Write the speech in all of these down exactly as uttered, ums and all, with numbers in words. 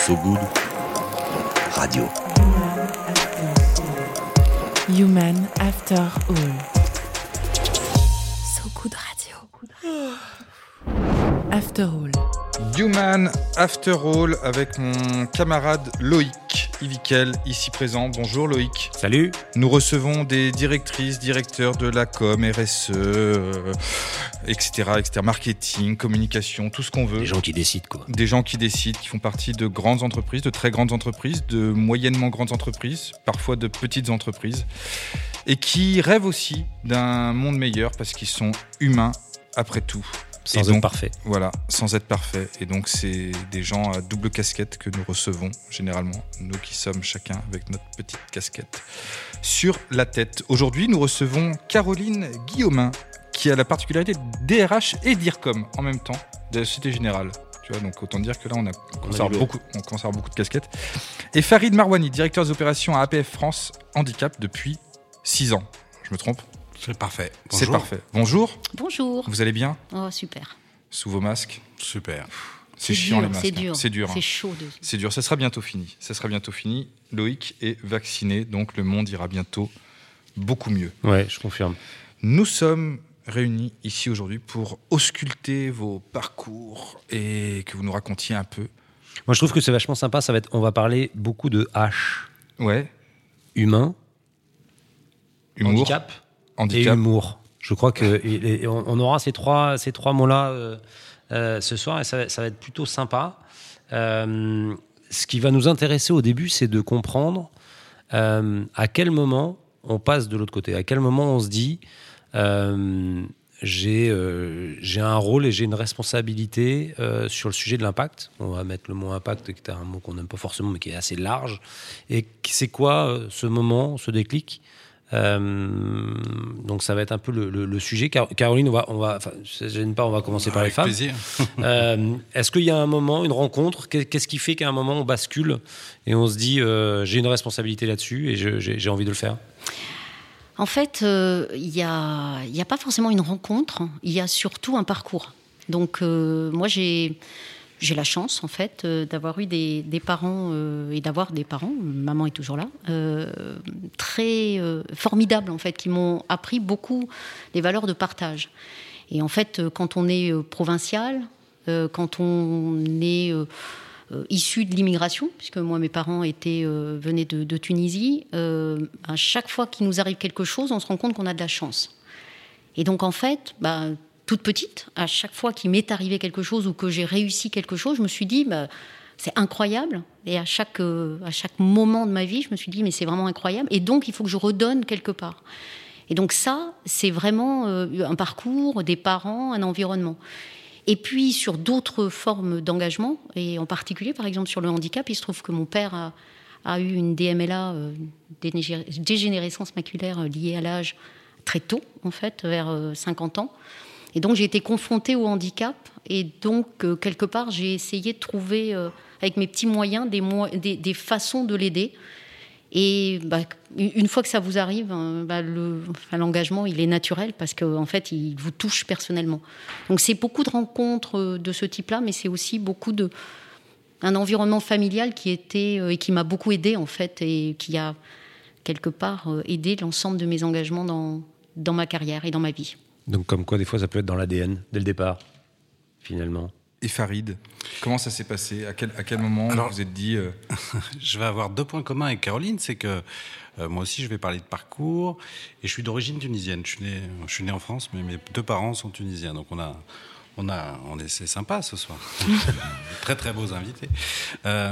So Good Radio. Human After All. So Good Radio. After All. Human After All avec mon camarade Loïc Ivikel, ici présent. Bonjour Loïc. Salut. Nous recevons des directrices, directeurs de la com, R S E, euh, et cetera, et cetera, marketing, communication, tout ce qu'on veut. Des gens qui décident, quoi. Des gens qui décident, qui font partie de grandes entreprises, de très grandes entreprises, de moyennement grandes entreprises, parfois de petites entreprises, et qui rêvent aussi d'un monde meilleur parce qu'ils sont humains après tout. Sans et être donc, parfait. Voilà, sans être parfait. Et donc, c'est des gens à double casquette que nous recevons, généralement. Nous qui sommes chacun avec notre petite casquette sur la tête. Aujourd'hui, nous recevons Caroline Guillaumin, qui a la particularité de D R H et d'I R C O M en même temps, de la Société Générale. Tu vois, donc autant dire que là, on, a, on, commence, à beaucoup, on commence à avoir beaucoup de casquettes. Et Farid Marwani, directeur des opérations à A P F France Handicap depuis six ans. Je me trompe ? C'est parfait. Bonjour. C'est parfait. Bonjour. Bonjour. Vous allez bien ? Oh, super. Sous vos masques ? Super. C'est, c'est chiant dur, les masques. C'est dur. C'est dur. C'est chaud. De... C'est dur. Ça sera bientôt fini. Ça sera bientôt fini. Loïc est vacciné, donc le monde ira bientôt beaucoup mieux. Ouais, je confirme. Nous sommes réunis ici aujourd'hui pour ausculter vos parcours et que vous nous racontiez un peu. Moi, je trouve que c'est vachement sympa. Ça va être. On va parler beaucoup de H. Ouais. Humain. Humour. Handicap. Handicap. Et humour. Je crois qu'on aura ces trois, ces trois mots-là euh, euh, ce soir et ça, ça va être plutôt sympa. Euh, ce qui va nous intéresser au début, c'est de comprendre euh, à quel moment on passe de l'autre côté, à quel moment on se dit euh, j'ai, euh, j'ai un rôle et j'ai une responsabilité euh, sur le sujet de l'impact. On va mettre le mot impact, qui est un mot qu'on n'aime pas forcément, mais qui est assez large. Et c'est quoi euh, ce moment, ce déclic ? Euh, donc ça va être un peu le, le, le sujet. Car, Caroline, on va, on va, enfin, ça gêne pas, on va commencer par Avec les femmes. Plaisir. euh, est-ce qu'il y a un moment, une rencontre, qu'est-ce qui fait qu'à un moment on bascule et on se dit euh, j'ai une responsabilité là-dessus et je, j'ai, j'ai envie de le faire? En fait, il euh, n'y a, y a pas forcément une rencontre, il y a surtout un parcours. Donc euh, moi j'ai J'ai la chance, en fait, euh, d'avoir eu des, des parents euh, et d'avoir des parents, maman est toujours là, euh, très euh, formidables, en fait, qui m'ont appris beaucoup les valeurs de partage. Et en fait, quand on est euh, provincial, euh, quand on est euh, euh, issu de l'immigration, puisque moi, mes parents étaient, euh, venaient de, de Tunisie, euh, à chaque fois qu'il nous arrive quelque chose, on se rend compte qu'on a de la chance. Et donc, en fait, bah, toute petite, à chaque fois qu'il m'est arrivé quelque chose ou que j'ai réussi quelque chose, je me suis dit, bah, c'est incroyable. Et à chaque, euh, à chaque moment de ma vie, je me suis dit, mais c'est vraiment incroyable. Et donc, il faut que je redonne quelque part. Et donc ça, c'est vraiment euh, un parcours, des parents, un environnement. Et puis, sur d'autres formes d'engagement, et en particulier, par exemple, sur le handicap, il se trouve que mon père a, a eu une D M L A, euh, dégénérescence maculaire euh, liée à l'âge, très tôt, en fait, vers euh, cinquante ans. Et donc, j'ai été confrontée au handicap. Et donc, euh, quelque part, j'ai essayé de trouver, euh, avec mes petits moyens, des, mo- des, des façons de l'aider. Et bah, une fois que ça vous arrive, hein, bah, le, enfin, l'engagement, il est naturel parce qu'en en fait, il vous touche personnellement. Donc, c'est beaucoup de rencontres de ce type-là, mais c'est aussi beaucoup de... un environnement familial qui était, euh, et qui m'a beaucoup aidée, en fait, et qui a, quelque part, euh, aidé l'ensemble de mes engagements dans, dans ma carrière et dans ma vie. Donc comme quoi, des fois, ça peut être dans l'A D N, dès le départ, finalement. Et Farid, comment ça s'est passé ? À quel, à quel moment Alors, vous vous êtes dit... Euh... Je vais avoir deux points communs avec Caroline, c'est que euh, moi aussi, je vais parler de parcours, et je suis d'origine tunisienne. Je suis né, je suis né en France, mais mes deux parents sont tunisiens, donc on a... On a, on est, c'est sympa ce soir. Très, très beaux invités. Euh,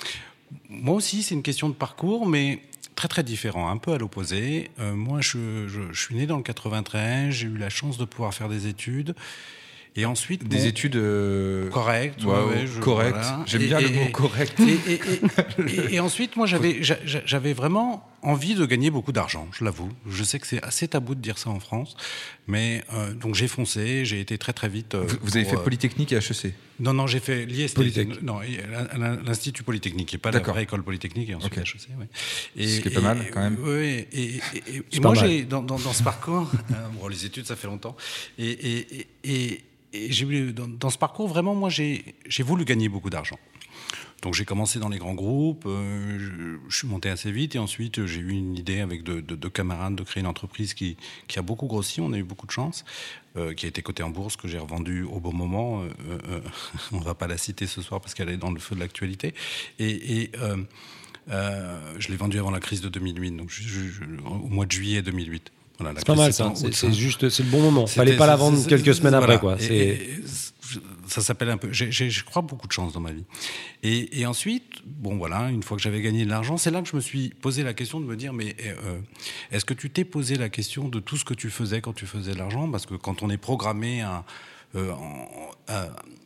moi aussi, c'est une question de parcours, mais... très très différent, un peu à l'opposé. Euh, moi, je, je, je suis né dans le quatre-vingt-treize, j'ai eu la chance de pouvoir faire des études. Et ensuite... Des bon, études... Euh... Correctes. Ouais, ouais, ouais, correct. Voilà. J'aime et, bien et, le mot correct. Et, et, et, et, et ensuite, moi, j'avais, j'avais vraiment envie de gagner beaucoup d'argent, je l'avoue. Je sais que c'est assez tabou de dire ça en France. Mais euh, donc, j'ai foncé, j'ai été très très vite... Euh, vous, vous avez pour, fait Polytechnique et H E C ? Non, non, j'ai fait l'I S T. Polytechnique. Non, l'Institut Polytechnique, qui n'est pas D'accord. la vraie école polytechnique, et ensuite okay. H E C. Ouais. Et, ce qui est pas mal, quand même. Oui, et, et, et, et moi, j'ai, dans, dans, dans ce parcours... bon, les études, ça fait longtemps. Et... et, et, et et j'ai eu, dans, dans ce parcours, vraiment, moi, j'ai, j'ai voulu gagner beaucoup d'argent. Donc j'ai commencé dans les grands groupes, euh, je, je suis monté assez vite et ensuite j'ai eu une idée avec deux de, de camarades de créer une entreprise qui, qui a beaucoup grossi, on a eu beaucoup de chance, euh, qui a été cotée en bourse, que j'ai revendue au bon moment. Euh, euh, on ne va pas la citer ce soir parce qu'elle est dans le feu de l'actualité. Et, et euh, euh, je l'ai vendue avant la crise de deux mille huit, donc je, je, je, au mois de juillet deux mille huit. Voilà, c'est pas mal ça, c'est, c'est juste, c'est le bon moment. C'était, Fallait pas la vendre quelques semaines voilà. après, quoi. C'est... Et, et, ça s'appelle un peu. J'ai, j'ai, je crois beaucoup de chance dans ma vie. Et, et ensuite, bon voilà, une fois que j'avais gagné de l'argent, c'est là que je me suis posé la question de me dire, mais euh, est-ce que tu t'es posé la question de tout ce que tu faisais quand tu faisais de l'argent ? Parce que quand on est programmé à, euh, à,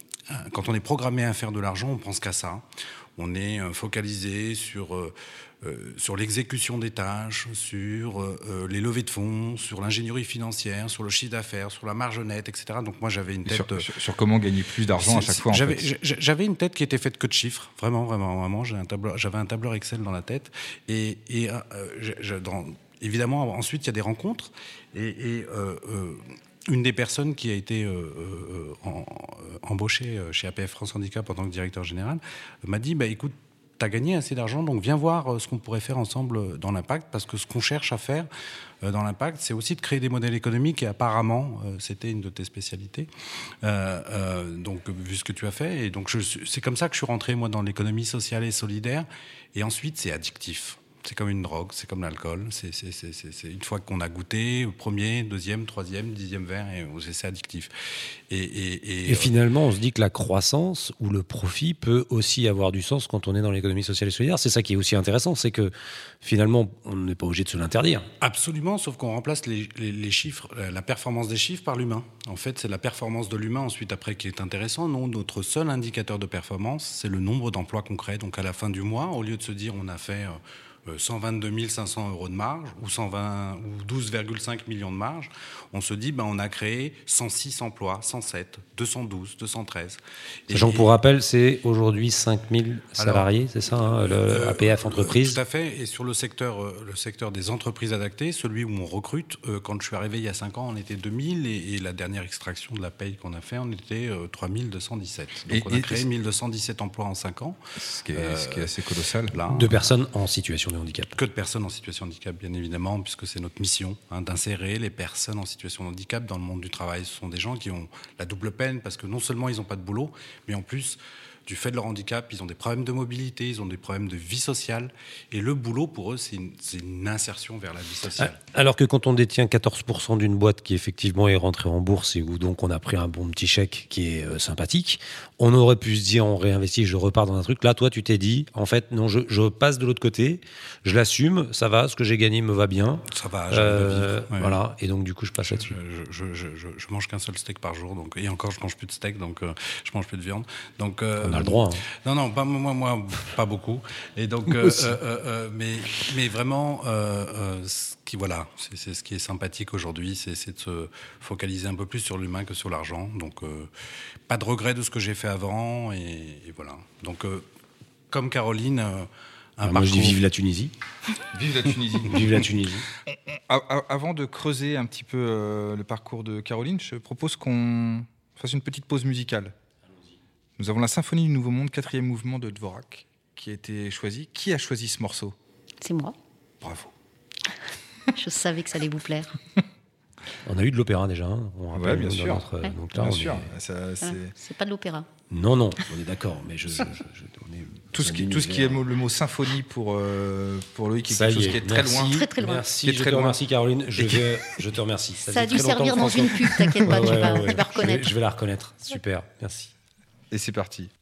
à, quand on est programmé à faire de l'argent, on pense qu'à ça. On est focalisé sur euh, euh, sur l'exécution des tâches, sur euh, les levées de fonds, sur l'ingénierie financière, sur le chiffre d'affaires, sur la marge nette, et cetera. Donc moi j'avais une tête sur, sur, sur comment gagner plus d'argent à chaque fois. J'avais, en fait. j'avais une tête qui était faite que de chiffres, vraiment, vraiment, vraiment. J'avais un tableur, j'avais un tableur Excel dans la tête, et, et euh, je, je, dans, évidemment ensuite il y a des rencontres, et, et euh, euh, une des personnes qui a été euh, euh, en, euh, embauchée chez A P F France Handicap en tant que directeur général euh, m'a dit bah, écoute, tu as gagné assez d'argent, donc viens voir euh, ce qu'on pourrait faire ensemble dans l'Impact, parce que ce qu'on cherche à faire euh, dans l'Impact, c'est aussi de créer des modèles économiques, et apparemment, euh, c'était une de tes spécialités, euh, euh, donc vu ce que tu as fait. Et donc je, c'est comme ça que je suis rentré, moi, dans l'économie sociale et solidaire. Et ensuite, c'est addictif. C'est comme une drogue, c'est comme l'alcool. C'est, c'est, c'est, c'est, c'est une fois qu'on a goûté, premier, deuxième, troisième, dixième verre, et c'est addictif. Et, et, et, et euh, finalement, on se dit que la croissance ou le profit peut aussi avoir du sens quand on est dans l'économie sociale et solidaire. C'est ça qui est aussi intéressant, c'est que finalement, on n'est pas obligé de se l'interdire. Absolument, sauf qu'on remplace les, les, les chiffres, la performance des chiffres par l'humain. En fait, c'est la performance de l'humain ensuite après qui est intéressant. Non, notre seul indicateur de performance, c'est le nombre d'emplois concrets. Donc à la fin du mois, au lieu de se dire on a fait Euh, cent vingt-deux mille cinq cents euros de marge ou, cent vingt, ou douze virgule cinq millions de marge, on se dit ben, on a créé cent six emplois, cent sept, deux cent douze, deux cent treize. Sachant que pour rappel, c'est aujourd'hui cinq mille salariés, alors, c'est ça, hein, le euh, A P F entreprise. Tout à fait, et sur le secteur, euh, le secteur des entreprises adaptées, celui où on recrute, euh, quand je suis arrivé il y a cinq ans, on était deux mille, et, et la dernière extraction de la paye qu'on a fait, on était euh, trois mille deux cent dix-sept. Donc et, on a créé mille deux cent dix-sept emplois en cinq ans. Ce qui est, euh, ce qui est assez colossal. Là, de personnes en situation de handicap. Que de personnes en situation de handicap, bien évidemment, puisque c'est notre mission, hein, d'insérer les personnes en situation de handicap dans le monde du travail. Ce sont des gens qui ont la double peine, parce que non seulement ils n'ont pas de boulot, mais en plus, du fait de leur handicap, ils ont des problèmes de mobilité, ils ont des problèmes de vie sociale. Et le boulot, pour eux, c'est une, c'est une insertion vers la vie sociale. Alors que quand on détient quatorze pour cent d'une boîte qui, effectivement, est rentrée en bourse et où donc on a pris un bon petit chèque qui est euh, sympathique, on aurait pu se dire, on réinvestit, je repars dans un truc. Là, toi, tu t'es dit, en fait, non, je, je passe de l'autre côté, je l'assume, ça va, ce que j'ai gagné me va bien. Ça va, j'arrive euh, à vivre. Ouais. Voilà, et donc, du coup, je passe je, là-dessus. Je, je, je, je, je mange qu'un seul steak par jour, donc, et encore, je mange plus de steak, donc euh, je mange plus de viande. Donc, euh, on a le droit. Hein. Non, non, pas, moi, moi, pas beaucoup. Et donc, euh, euh, euh, mais, mais vraiment, euh, euh, ce qui, voilà, c'est, c'est ce qui est sympathique aujourd'hui, c'est, c'est de se focaliser un peu plus sur l'humain que sur l'argent. Donc, euh, pas de regret de ce que j'ai fait avant, et, et voilà. Donc, euh, comme Caroline, euh, un Alors moi, je dis vive la Tunisie. Vive la Tunisie. Vive la Tunisie. Avant de creuser un petit peu euh, le parcours de Caroline, je propose qu'on fasse une petite pause musicale. Nous avons la Symphonie du Nouveau Monde, quatrième mouvement de Dvorak, qui a été choisi. Qui a choisi ce morceau ? C'est moi. Bravo. Je savais que ça allait vous plaire. On a eu de l'opéra déjà. Hein, on ouais, bien sûr. Notre, ouais. Donc là, bien on sûr. Est... Ça, c'est... Ah, c'est pas de l'opéra. Non, non, on est d'accord. Mais je, je, je, je on est tout, ce qui, tout ce qui est le mot symphonie pour, euh, pour Loïc, ça quelque chose est, qui est merci, très loin. Très, très loin. Merci, qui est je très te loin. remercie, Caroline. Je, vais, je te remercie. Ça, ça a dû servir dans une pub, t'inquiète pas, ouais, tu, ouais, vas, ouais, tu vas reconnaître. Je vais, je vais la reconnaître. Super, merci. Et c'est parti.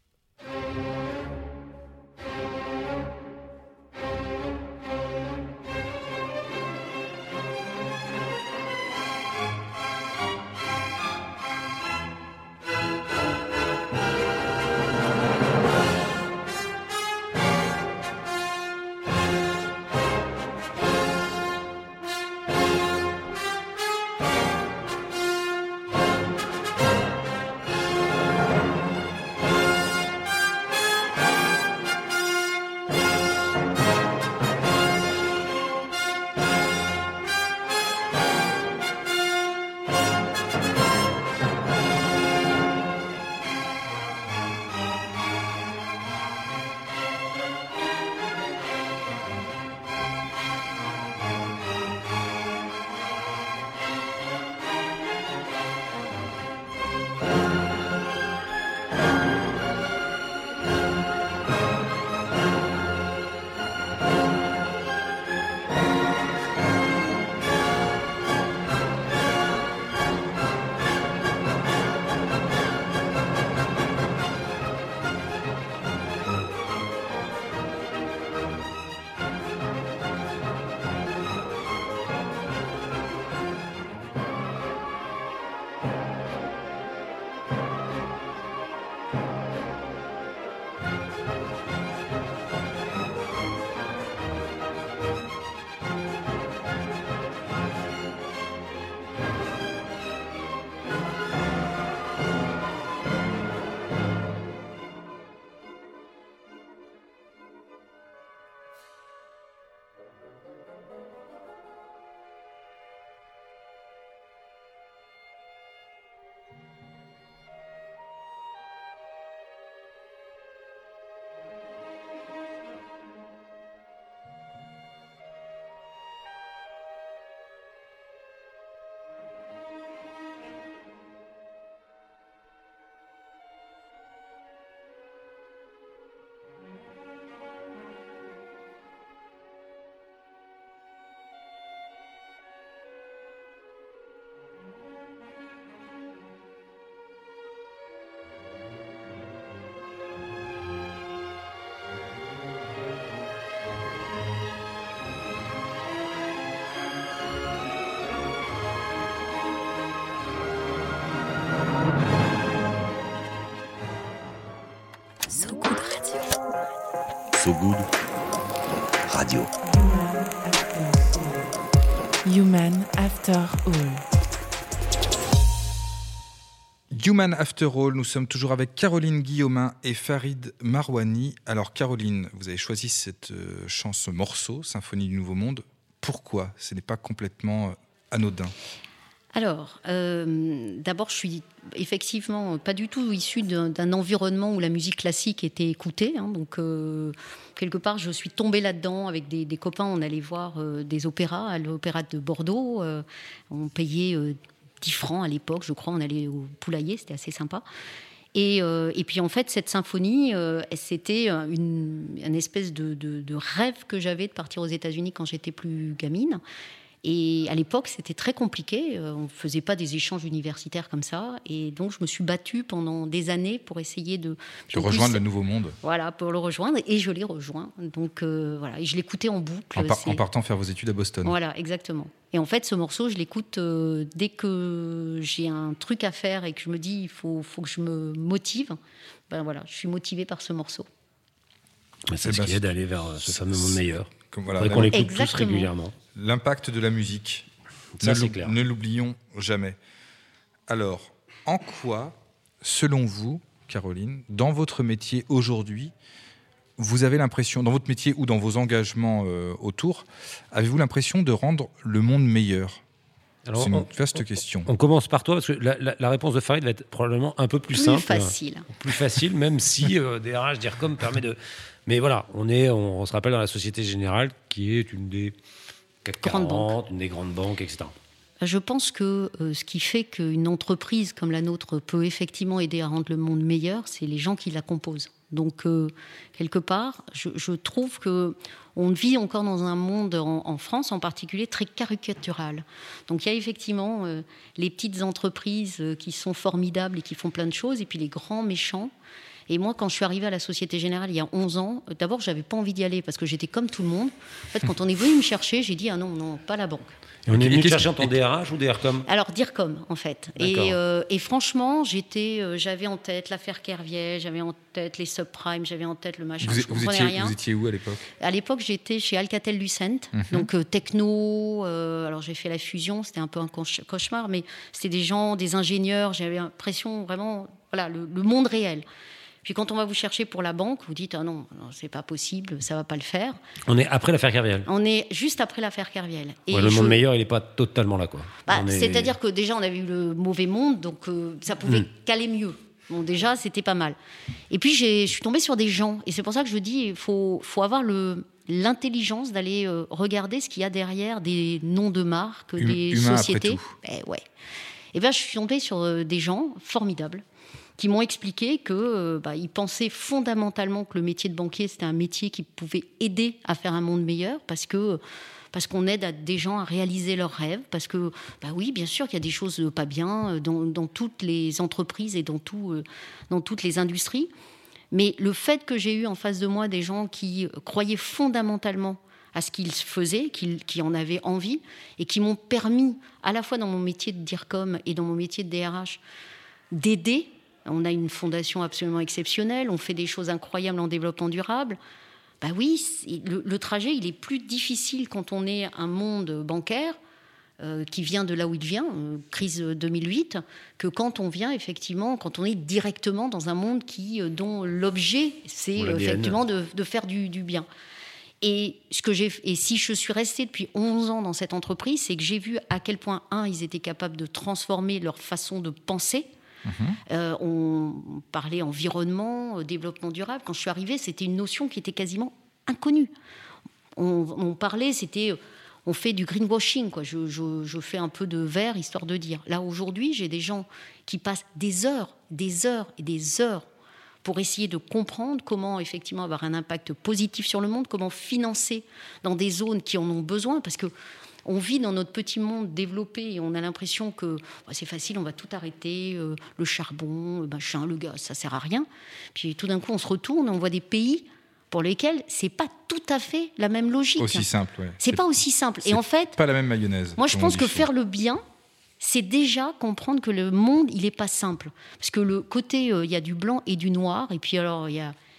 So Good Radio. Human After All. Human After All, nous sommes toujours avec Caroline Guillaumin et Farid Marouani. Alors Caroline, vous avez choisi cette euh, chanson, morceau, Symphonie du Nouveau Monde. Pourquoi ? Ce n'est pas complètement euh, anodin. Alors, euh, d'abord, je suis effectivement pas du tout issue d'un, d'un environnement où la musique classique était écoutée. Hein, donc, euh, quelque part, je suis tombée là-dedans avec des, des copains. On allait voir euh, des opéras à l'Opéra de Bordeaux. Euh, on payait euh, dix francs à l'époque, je crois. On allait au poulailler, c'était assez sympa. Et, euh, et puis, en fait, cette symphonie, euh, c'était une, une espèce de, de, de rêve que j'avais de partir aux États-Unis quand j'étais plus gamine. Et à l'époque, c'était très compliqué. On ne faisait pas des échanges universitaires comme ça. Et donc, je me suis battue pendant des années pour essayer de... De rejoindre plus, le Nouveau Monde. Voilà, pour le rejoindre. Et je l'ai rejoint. Donc, euh, voilà. Et je l'écoutais en boucle. En, par, en partant faire vos études à Boston. Voilà, exactement. Et en fait, ce morceau, je l'écoute euh, dès que j'ai un truc à faire et que je me dis, il faut, faut que je me motive. Ben voilà, je suis motivée par ce morceau. C'est, c'est ce qui aide à aller vers ce fameux monde meilleur. Comme, voilà, faudrait qu'on l'écoute exactement. Tous régulièrement. L'impact de la musique, ça, ne, c'est clair. ne l'oublions jamais. Alors, en quoi, selon vous, Caroline, dans votre métier aujourd'hui, vous avez l'impression, dans votre métier ou dans vos engagements euh, autour, avez-vous l'impression de rendre le monde meilleur ? Alors, c'est une on, vaste on, question. On commence par toi, parce que la, la, la réponse de Farid va être probablement un peu plus, plus simple. Plus facile. Euh, plus facile, même si euh, D R H, DIRCOM permet de... Mais voilà, on, est, on, on se rappelle dans la Société Générale, qui est une des... C A C quarante, une des grandes banques, et cetera. Je pense que euh, ce qui fait qu'une entreprise comme la nôtre peut effectivement aider à rendre le monde meilleur, c'est les gens qui la composent. Donc, euh, quelque part, je, je trouve qu'on vit encore dans un monde, en, en France en particulier, très caricatural. Donc, il y a effectivement euh, les petites entreprises euh, qui sont formidables et qui font plein de choses, et puis les grands méchants. Et moi, quand je suis arrivée à la Société Générale il y a onze ans, d'abord, je n'avais pas envie d'y aller parce que j'étais comme tout le monde. En fait, quand on est venu me chercher, j'ai dit « Ah non, non, pas la banque ». Et on est venu te chercher en tant que D R H ou DIRCOM ? Alors, DIRCOM, en fait. Et, euh, et franchement, j'étais, euh, j'avais en tête l'affaire Kerviel, j'avais en tête les subprimes, j'avais en tête le machin. Vous, je vous, étiez, rien. vous étiez où à l'époque ? À l'époque, j'étais chez Alcatel-Lucent, mm-hmm. donc euh, techno. Euh, alors, j'ai fait la fusion, c'était un peu un cauchemar, mais c'était des gens, des ingénieurs. J'avais l'impression vraiment, voilà, le, le monde réel. Puis quand on va vous chercher pour la banque, vous dites « Ah non, non, c'est pas possible, ça va pas le faire ». On est après l'affaire Kerviel. On est juste après l'affaire Kerviel. Et ouais, le je... monde meilleur, il n'est pas totalement là, quoi. Bah, est... C'est-à-dire que déjà, on avait eu le mauvais monde, donc euh, ça pouvait mmh. qu'aller mieux. Bon, déjà, c'était pas mal. Et puis, j'ai, je suis tombée sur des gens. Et c'est pour ça que je dis il faut, faut avoir le, l'intelligence d'aller euh, regarder ce qu'il y a derrière des noms de marques, hum, des sociétés. Eh ouais. Et bien, je suis tombée sur euh, des gens formidables qui m'ont expliqué qu'ils euh, bah, pensaient fondamentalement que le métier de banquier, c'était un métier qui pouvait aider à faire un monde meilleur, parce que parce qu'on aide à des gens à réaliser leurs rêves, parce que, bah oui, bien sûr qu'il y a des choses pas bien dans, dans toutes les entreprises et dans, tout, euh, dans toutes les industries, mais le fait que j'ai eu en face de moi des gens qui croyaient fondamentalement à ce qu'ils faisaient, qui, qui en avaient envie, et qui m'ont permis, à la fois dans mon métier de DIRCOM et dans mon métier de D R H, d'aider. On a une fondation absolument exceptionnelle, on fait des choses incroyables en développement durable. Ben oui, le, le trajet, il est plus difficile quand on est un monde bancaire euh, qui vient de là où il vient, euh, crise deux mille huit, que quand on vient effectivement, quand on est directement dans un monde qui, euh, dont l'objet, c'est euh, effectivement de, de faire du, du bien. Et, ce que j'ai, et si je suis restée depuis onze ans dans cette entreprise, c'est que j'ai vu à quel point, un, ils étaient capables de transformer leur façon de penser. Mmh. Euh, on parlait environnement, développement durable. Quand je suis arrivée, c'était une notion qui était quasiment inconnue. On, on parlait, c'était, on fait du greenwashing, quoi. Je, je, je fais un peu de vert, histoire de dire. Là, aujourd'hui, j'ai des gens qui passent des heures, des heures et des heures pour essayer de comprendre comment, effectivement, avoir un impact positif sur le monde, comment financer dans des zones qui en ont besoin, parce que on vit dans notre petit monde développé et on a l'impression que bah, c'est facile, on va tout arrêter, euh, le charbon, le machin, le gaz, ça sert à rien. Puis tout d'un coup, on se retourne, on voit des pays pour lesquels c'est pas tout à fait la même logique. Aussi simple, oui. C'est, c'est pas aussi simple. C'est et en fait, pas la même mayonnaise. Moi, je pense que faire le bien, c'est déjà comprendre que le monde, il est pas simple. Parce que le côté, il euh, y a du blanc et du noir, et puis alors il y a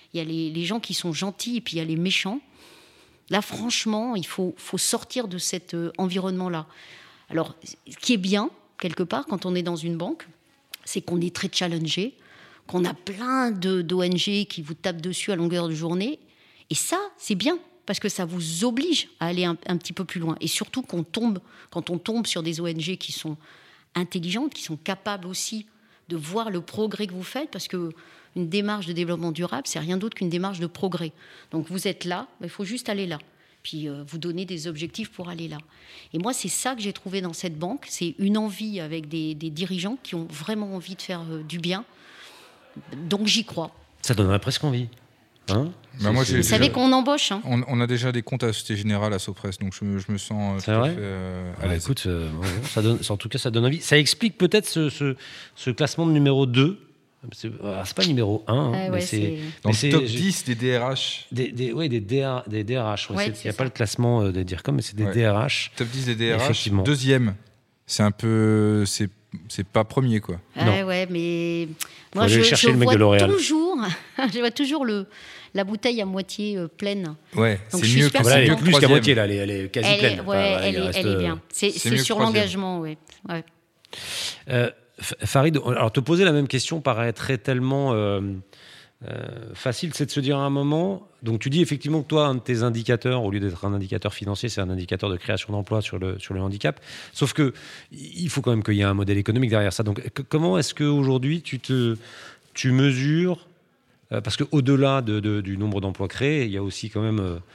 il y a les, les gens qui sont gentils et puis il y a les méchants. Là, franchement, il faut, faut sortir de cet euh, environnement-là. Alors, ce qui est bien, quelque part, quand on est dans une banque, c'est qu'on est très challengé, qu'on a plein de, d'O N G qui vous tapent dessus à longueur de journée. Et ça, c'est bien, parce que ça vous oblige à aller un, un petit peu plus loin. Et surtout qu'on tombe, quand on tombe sur des O N G qui sont intelligentes, qui sont capables aussi de voir le progrès que vous faites, parce qu'une démarche de développement durable, c'est rien d'autre qu'une démarche de progrès. Donc vous êtes là, il faut juste aller là. Puis euh, vous donner des objectifs pour aller là. Et moi, c'est ça que j'ai trouvé dans cette banque, c'est une envie avec des, des dirigeants qui ont vraiment envie de faire euh, du bien. Donc j'y crois. Ça donnerait presque envie. Hein bah moi, j'ai, vous savez qu'on embauche. Hein. On, on a déjà des comptes à la Société Générale à Sopress, donc je, me- je me sens euh, C'est tout à vrai fait euh, à Ah, l'aise. écoute, euh, bon, ça donne, en tout cas, ça donne envie. Ça explique peut-être ce, ce, ce classement de numéro deux. C'est, ah, c'est pas numéro un, hein, Ah mais ouais, c'est, c'est- Dans mais le c'est- top j'ai- dix des D R H, Des, des, ouais, des, D R, des D R H. Ouais, Ouais, c'est- il c'est n'y a ça. pas le classement euh, des DIRCOM, mais c'est des Ouais. D R H. top dix des D R H, Effectivement. deuxième. C'est un peu, c'est, c'est pas premier quoi. Ah Non. ouais, mais Faut moi aller je, chercher je le mec vois de L'Oréal. toujours, je vois toujours le, la bouteille à moitié euh, pleine. Ouais, Donc, c'est je suis mieux super que Voilà, elle est content. plus qu'à troisième. moitié, là. Elle est, elle est quasi Elle pleine. est, Enfin, ouais, voilà, elle, il est, reste, elle est euh, bien. C'est, c'est c'est mieux que sur troisième. l'engagement, ouais. ouais. Euh, F- Farid, alors te poser la même question paraîtrait tellement euh, euh, facile, c'est de se dire à un moment. Donc tu dis effectivement que toi, un de tes indicateurs, au lieu d'être un indicateur financier, c'est un indicateur de création d'emplois sur le, sur le handicap. Sauf que il faut quand même qu'il y ait un modèle économique derrière ça. Donc que- comment est-ce qu'aujourd'hui tu, te, tu mesures euh, parce qu'au-delà de, de, du nombre d'emplois créés, il y a aussi quand même euh,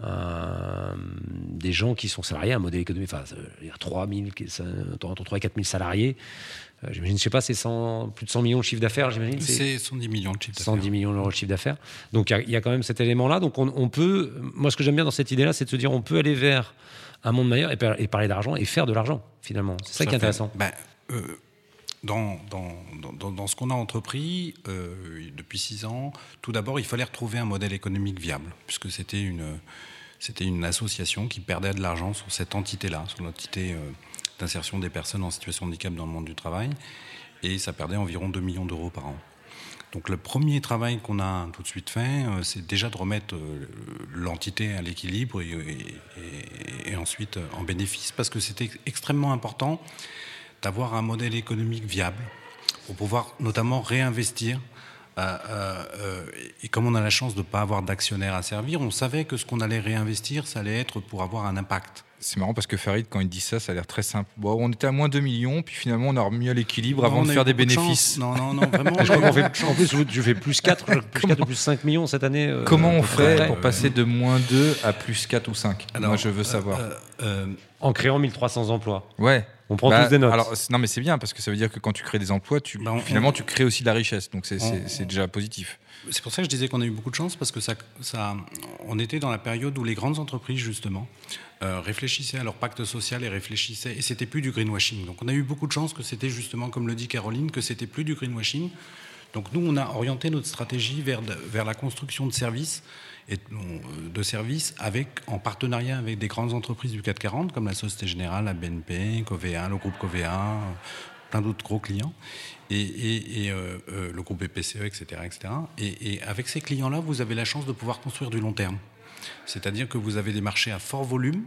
un- des gens qui sont salariés, un modèle économique. Enfin, euh, il y a trois mille, ça- entre trois et quatre mille salariés. Euh, j'imagine, je sais pas, c'est cent, plus de cent millions de chiffre d'affaires, j'imagine. C'est cent dix millions de chiffre cent d'affaires. dix millions d'euros de chiffre d'affaires. Donc il y a- il y, a quand même cet élément-là. Donc on, on peut, moi ce que j'aime bien dans cette idée-là, c'est de se dire on peut aller vers un monde meilleur et, par- et parler d'argent et faire de l'argent finalement. C'est ça Tout qui est à fait. intéressant. Ben, euh, dans, dans, dans, dans ce qu'on a entrepris euh, depuis six ans, tout d'abord, il fallait retrouver un modèle économique viable, puisque c'était une, c'était une association qui perdait de l'argent sur cette entité-là, sur l'entité euh, d'insertion des personnes en situation de handicap dans le monde du travail, et ça perdait environ deux millions d'euros par an. Donc le premier travail qu'on a tout de suite fait, euh, c'est déjà de remettre euh, l'entité à l'équilibre et, et- et- et ensuite euh, en bénéfice, parce que c'était extrêmement important d'avoir un modèle économique viable pour pouvoir notamment réinvestir. Euh, euh, euh, et comme on a la chance de ne pas avoir d'actionnaires à servir, on savait que ce qu'on allait réinvestir, ça allait être pour avoir un impact. C'est marrant parce que Farid, quand il dit ça, ça a l'air très simple. Bon, on était à moins deux millions, puis finalement on a remis à l'équilibre Non, avant on de a faire eu des beaucoup de bénéfices. chance. Non, non, non, vraiment. Je crois qu'on fait, en plus, tu fais plus quatre, plus quatre ou plus cinq millions cette année. euh, Comment à on peu fait près, pour euh, passer de moins deux à plus quatre ou cinq? Alors, Moi, je veux savoir. euh, euh, En créant mille trois cents emplois. Ouais. On prend Bah, tous des notes. Alors, c'est- non, mais c'est bien parce que ça veut dire que quand tu crées des emplois, tu, Bah, on- finalement, tu crées aussi de la richesse. Donc, c'est, c'est- On- c'est déjà positif. C'est pour ça que je disais qu'on a eu beaucoup de chance, parce que ça, ça, on était dans la période où les grandes entreprises, justement, euh, réfléchissaient à leur pacte social et réfléchissaient, et c'était plus du greenwashing. Donc on a eu beaucoup de chance que c'était justement, comme le dit Caroline, que c'était plus du greenwashing. Donc nous, on a orienté notre stratégie vers, de- vers la construction de services, et euh, de services avec, en partenariat avec des grandes entreprises du CAC quarante, comme la Société Générale, la B N P, Covea, le groupe Covea, euh, plein d'autres gros clients, et, et- et, euh, euh, le groupe B P C E, et cetera, et cetera. Et, et avec ces clients-là, vous avez la chance de pouvoir construire du long terme. C'est-à-dire que vous avez des marchés à fort volume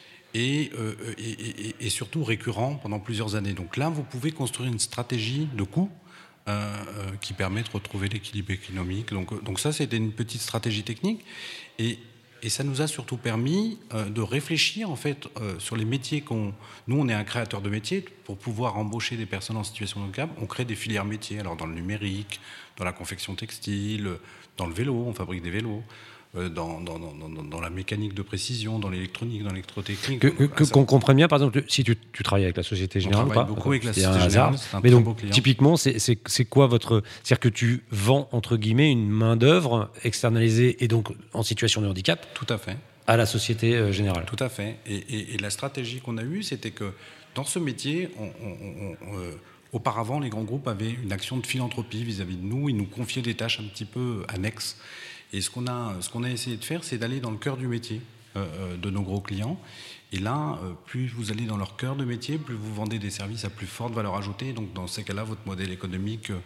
et, euh, et, et- et surtout récurrents pendant plusieurs années. Donc là, vous pouvez construire une stratégie de coût euh, euh, qui permet de retrouver l'équilibre économique. Donc, euh, donc ça, c'était une petite stratégie technique. Et, et ça nous a surtout permis euh, de réfléchir en fait euh, sur les métiers qu'on... Nous, on est un créateur de métiers. Pour pouvoir embaucher des personnes en situation de handicap, on crée des filières métiers. Alors dans le numérique, dans la confection textile, dans le vélo, on fabrique des vélos. euh, Dans, dans, dans, dans, dans la mécanique de précision, dans l'électronique, dans l'électrotechnique. Que, que- Donc, que- ça- qu'on comprenne bien, par exemple, si tu, tu travailles avec la Société Générale ou travaille pas beaucoup avec la C'est Société un hasard. Générale, c'est un Mais très donc, beau client. typiquement, c'est, c'est, c'est quoi votre... C'est-à-dire que tu vends, entre guillemets, une main-d'œuvre externalisée et donc en situation de handicap Tout à fait. à la Société euh, Générale. Tout à fait. Et, et- et la stratégie qu'on a eue, c'était que dans ce métier, on- on- on- euh, auparavant, les grands groupes avaient une action de philanthropie vis-à-vis de nous. Ils nous confiaient des tâches un petit peu annexes. Et ce qu'on a, ce qu'on a essayé de faire, c'est d'aller dans le cœur du métier euh, euh, de nos gros clients. Et là, euh, plus vous allez dans leur cœur de métier, plus vous vendez des services à plus forte valeur ajoutée. Donc, dans ces cas-là, votre modèle économique euh,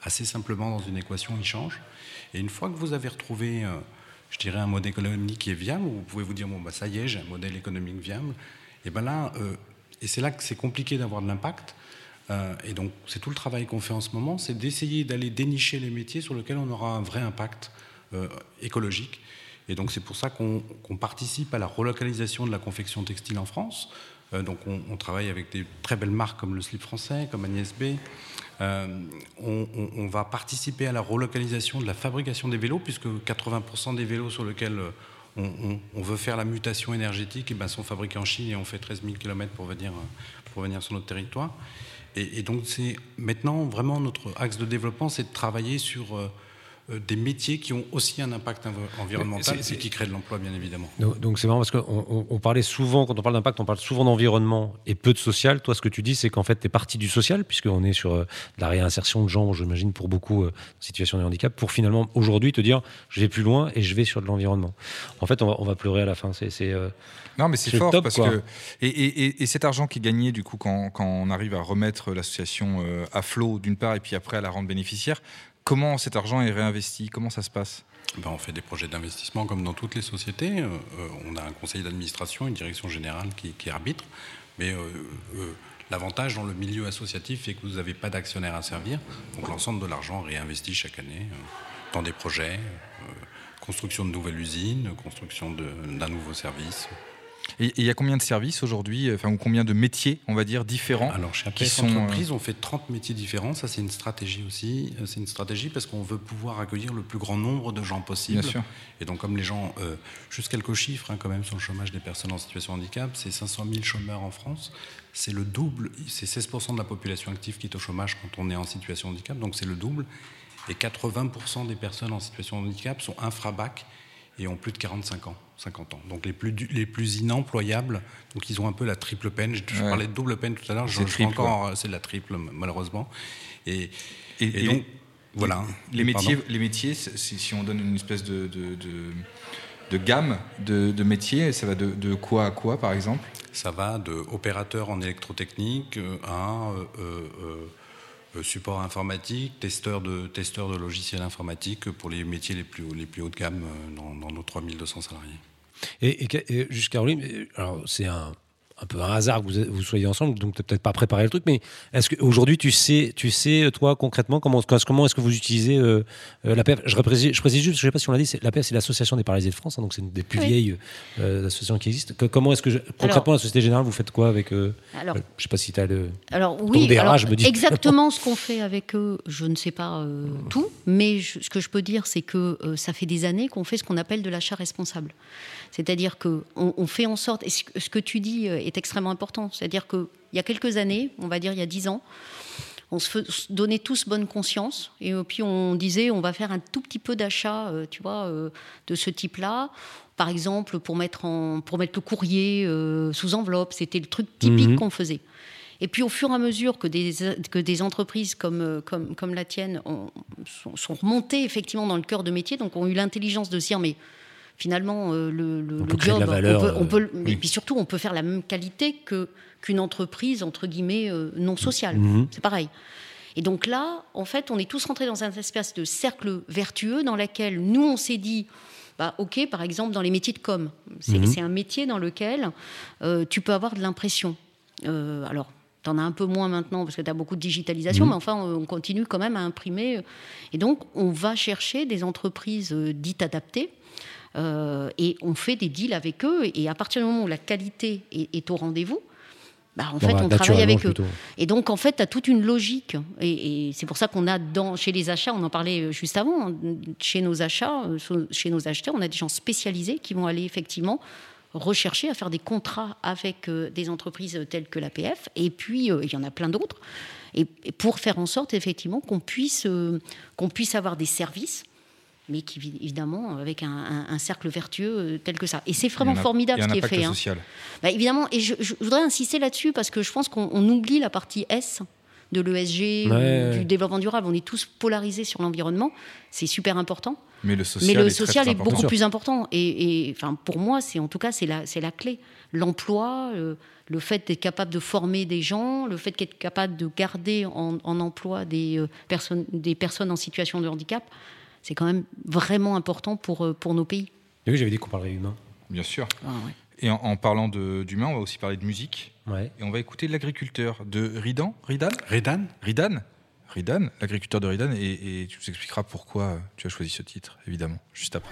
assez simplement dans une équation, ils changent. Et une fois que vous avez retrouvé, euh, je dirais, un modèle économique qui est viable, vous pouvez vous dire, bon, bah, ça y est, j'ai un modèle économique viable. Et ben là, euh, et c'est là que c'est compliqué d'avoir de l'impact. Euh, et donc, c'est tout le travail qu'on fait en ce moment, c'est d'essayer d'aller dénicher les métiers sur lesquels on aura un vrai impact euh, écologique. Et donc, c'est pour ça qu'on, qu'on participe à la relocalisation de la confection textile en France. Euh, donc, on, on travaille avec des très belles marques comme le Slip français, comme Agnès B. Euh, on, on, on va participer à la relocalisation de la fabrication des vélos, puisque quatre-vingts pour cent des vélos sur lesquels on, on, on veut faire la mutation énergétique eh ben, sont fabriqués en Chine et on fait treize mille kilomètres pour venir, pour venir sur notre territoire. Et, et donc, c'est maintenant vraiment notre axe de développement, c'est de travailler sur euh, des métiers qui ont aussi un impact env- environnemental et qui créent de l'emploi, bien évidemment. Donc, donc c'est marrant parce qu'on on, on parlait souvent, quand on parle d'impact, on parle souvent d'environnement et peu de social. Toi, ce que tu dis, c'est qu'en fait, tu es parti du social, puisqu'on est sur euh, de la réinsertion de gens, j'imagine, pour beaucoup euh, en situation de handicap, pour finalement, aujourd'hui, te dire, je vais plus loin et je vais sur de l'environnement. En fait, on va, on va pleurer à la fin. C'est, c'est, euh, non, mais c'est, c'est fort top, parce quoi. que. Et, et, et cet argent qui est gagné, du coup, quand, quand on arrive à remettre l'association euh, à flot, d'une part, et puis après à la rendre bénéficiaire, comment cet argent est réinvesti? Comment ça se passe? Ben, on fait des projets d'investissement comme dans toutes les sociétés. Euh, on a un conseil d'administration, une direction générale qui, qui arbitre. Mais euh, euh, l'avantage dans le milieu associatif, c'est que vous n'avez pas d'actionnaire à servir. Donc l'ensemble de l'argent est réinvesti chaque année euh, dans des projets, euh, construction de nouvelles usines, construction de, d'un nouveau service. Et il y a combien de services aujourd'hui, enfin, ou combien de métiers, on va dire, différents? Alors, chez A P F sont, Entreprises, on fait trente métiers différents. Ça, c'est une stratégie aussi. C'est une stratégie parce qu'on veut pouvoir accueillir le plus grand nombre de gens possible. Bien sûr. Et donc, comme les gens... Euh, juste quelques chiffres, hein, quand même, sur le chômage des personnes en situation de handicap. C'est cinq cent mille chômeurs en France. C'est le double. C'est seize pour cent de la population active qui est au chômage quand on est en situation de handicap. Donc, c'est le double. Et quatre-vingts pour cent des personnes en situation de handicap sont infra-bac et ont plus de quarante-cinq ans, cinquante ans. Donc les plus, les plus inemployables, donc ils ont un peu la triple peine. Je, je ouais. parlais de double peine tout à l'heure, c'est, je, triple, je encore, ouais. c'est de la triple malheureusement. Et, et, et, et donc, les, voilà. Les métiers, les métiers si, si on donne une espèce de, de, de, de gamme de, de métiers, ça va de, de quoi à quoi, par exemple? Ça va de opérateur en électrotechnique à... Euh, euh, support informatique, testeur de, testeur de logiciels informatiques pour les métiers les plus, les plus haut de gamme dans, dans nos trois mille deux cents salariés. Et, et, et juste Caroline, alors c'est un, un peu un hasard que vous, vous soyez ensemble, donc tu n'as peut-être pas préparé le truc, mais est-ce qu'aujourd'hui tu sais, tu sais, toi, concrètement, comment, comment est-ce que vous utilisez euh, l'A P F? Je précise, je précise juste, je ne sais pas si on l'a dit, l'A P F, c'est l'Association des paralysés de France, hein, donc c'est une des plus oui. vieilles euh, associations qui existent. Que, comment est-ce que, je, concrètement, alors, la Société Générale, vous faites quoi avec eux? Alors, je ne sais pas si tu as le... Alors oui, D R H, alors, je me dis. Exactement ce qu'on fait avec eux, je ne sais pas euh, tout, mais je, ce que je peux dire, c'est que euh, ça fait des années qu'on fait ce qu'on appelle de l'achat responsable. C'est-à-dire qu'on on fait en sorte, et ce, ce que tu dis est extrêmement important, c'est-à-dire qu'il y a quelques années, on va dire il y a dix ans, on se, fait, se donnait tous bonne conscience, et puis on disait on va faire un tout petit peu d'achat, euh, tu vois, euh, de ce type-là. Par exemple, pour mettre, en, pour mettre le courrier euh, sous enveloppe, c'était le truc typique mmh. qu'on faisait. Et puis au fur et à mesure que des, que des entreprises comme, comme, comme la tienne ont, sont, sont remontées effectivement dans le cœur de métier, donc ont eu l'intelligence de se dire mais finalement euh, le, le, le job, valeur, on peut, on peut, euh, oui. et puis surtout on peut faire la même qualité que, qu'une entreprise entre guillemets euh, non sociale. Mmh. C'est pareil. Et donc là, en fait, on est tous rentrés dans un espèce de cercle vertueux dans lequel nous on s'est dit bah, ok, par exemple dans les métiers de com, c'est, mmh. c'est un métier dans lequel euh, tu peux avoir de l'impression. Euh, alors tu en as un peu moins maintenant parce que tu as beaucoup de digitalisation, mmh. mais enfin, on continue quand même à imprimer. Et donc, on va chercher des entreprises dites adaptées euh, et on fait des deals avec eux. Et à partir du moment où la qualité est, est au rendez-vous, bah, en fait, on travaille avec eux. Plutôt. Et donc, en fait, tu as toute une logique. Et, et c'est pour ça qu'on a, dans, chez les achats, on en parlait juste avant, chez nos achats, chez nos acheteurs, on a des gens spécialisés qui vont aller effectivement rechercher à faire des contrats avec euh, des entreprises telles que l'A P F, et puis euh, il y en a plein d'autres, et, et pour faire en sorte effectivement qu'on puisse, euh, qu'on puisse avoir des services, mais qui évidemment avec un, un, un cercle vertueux euh, tel que ça. Et c'est vraiment a, formidable ce qui est fait. Social. Hein. Bah, évidemment, et je, je voudrais insister là-dessus parce que je pense qu'on on oublie la partie S de l'E S G, Ouais, ou ouais. du développement durable. On est tous polarisés sur l'environnement. C'est super important. Mais le social, Mais le est, très, social très est important. beaucoup plus important. Et, et enfin, pour moi, c'est en tout cas, c'est la, c'est la clé. L'emploi, euh, le fait d'être capable de former des gens, le fait d'être capable de garder en, en emploi des, euh, personnes, des personnes en situation de handicap, c'est quand même vraiment important pour, euh, pour nos pays. Et oui, j'avais dit qu'on parlerait humain. Bien sûr. Ah, ouais. Et en, en parlant de, d'humain, on va aussi parler de musique. Ouais. Et on va écouter l'agriculteur de Ridan. Ridan Redan Ridan Ridan, l'agriculteur de Ridan. Et, et tu nous expliqueras pourquoi tu as choisi ce titre, évidemment, juste après.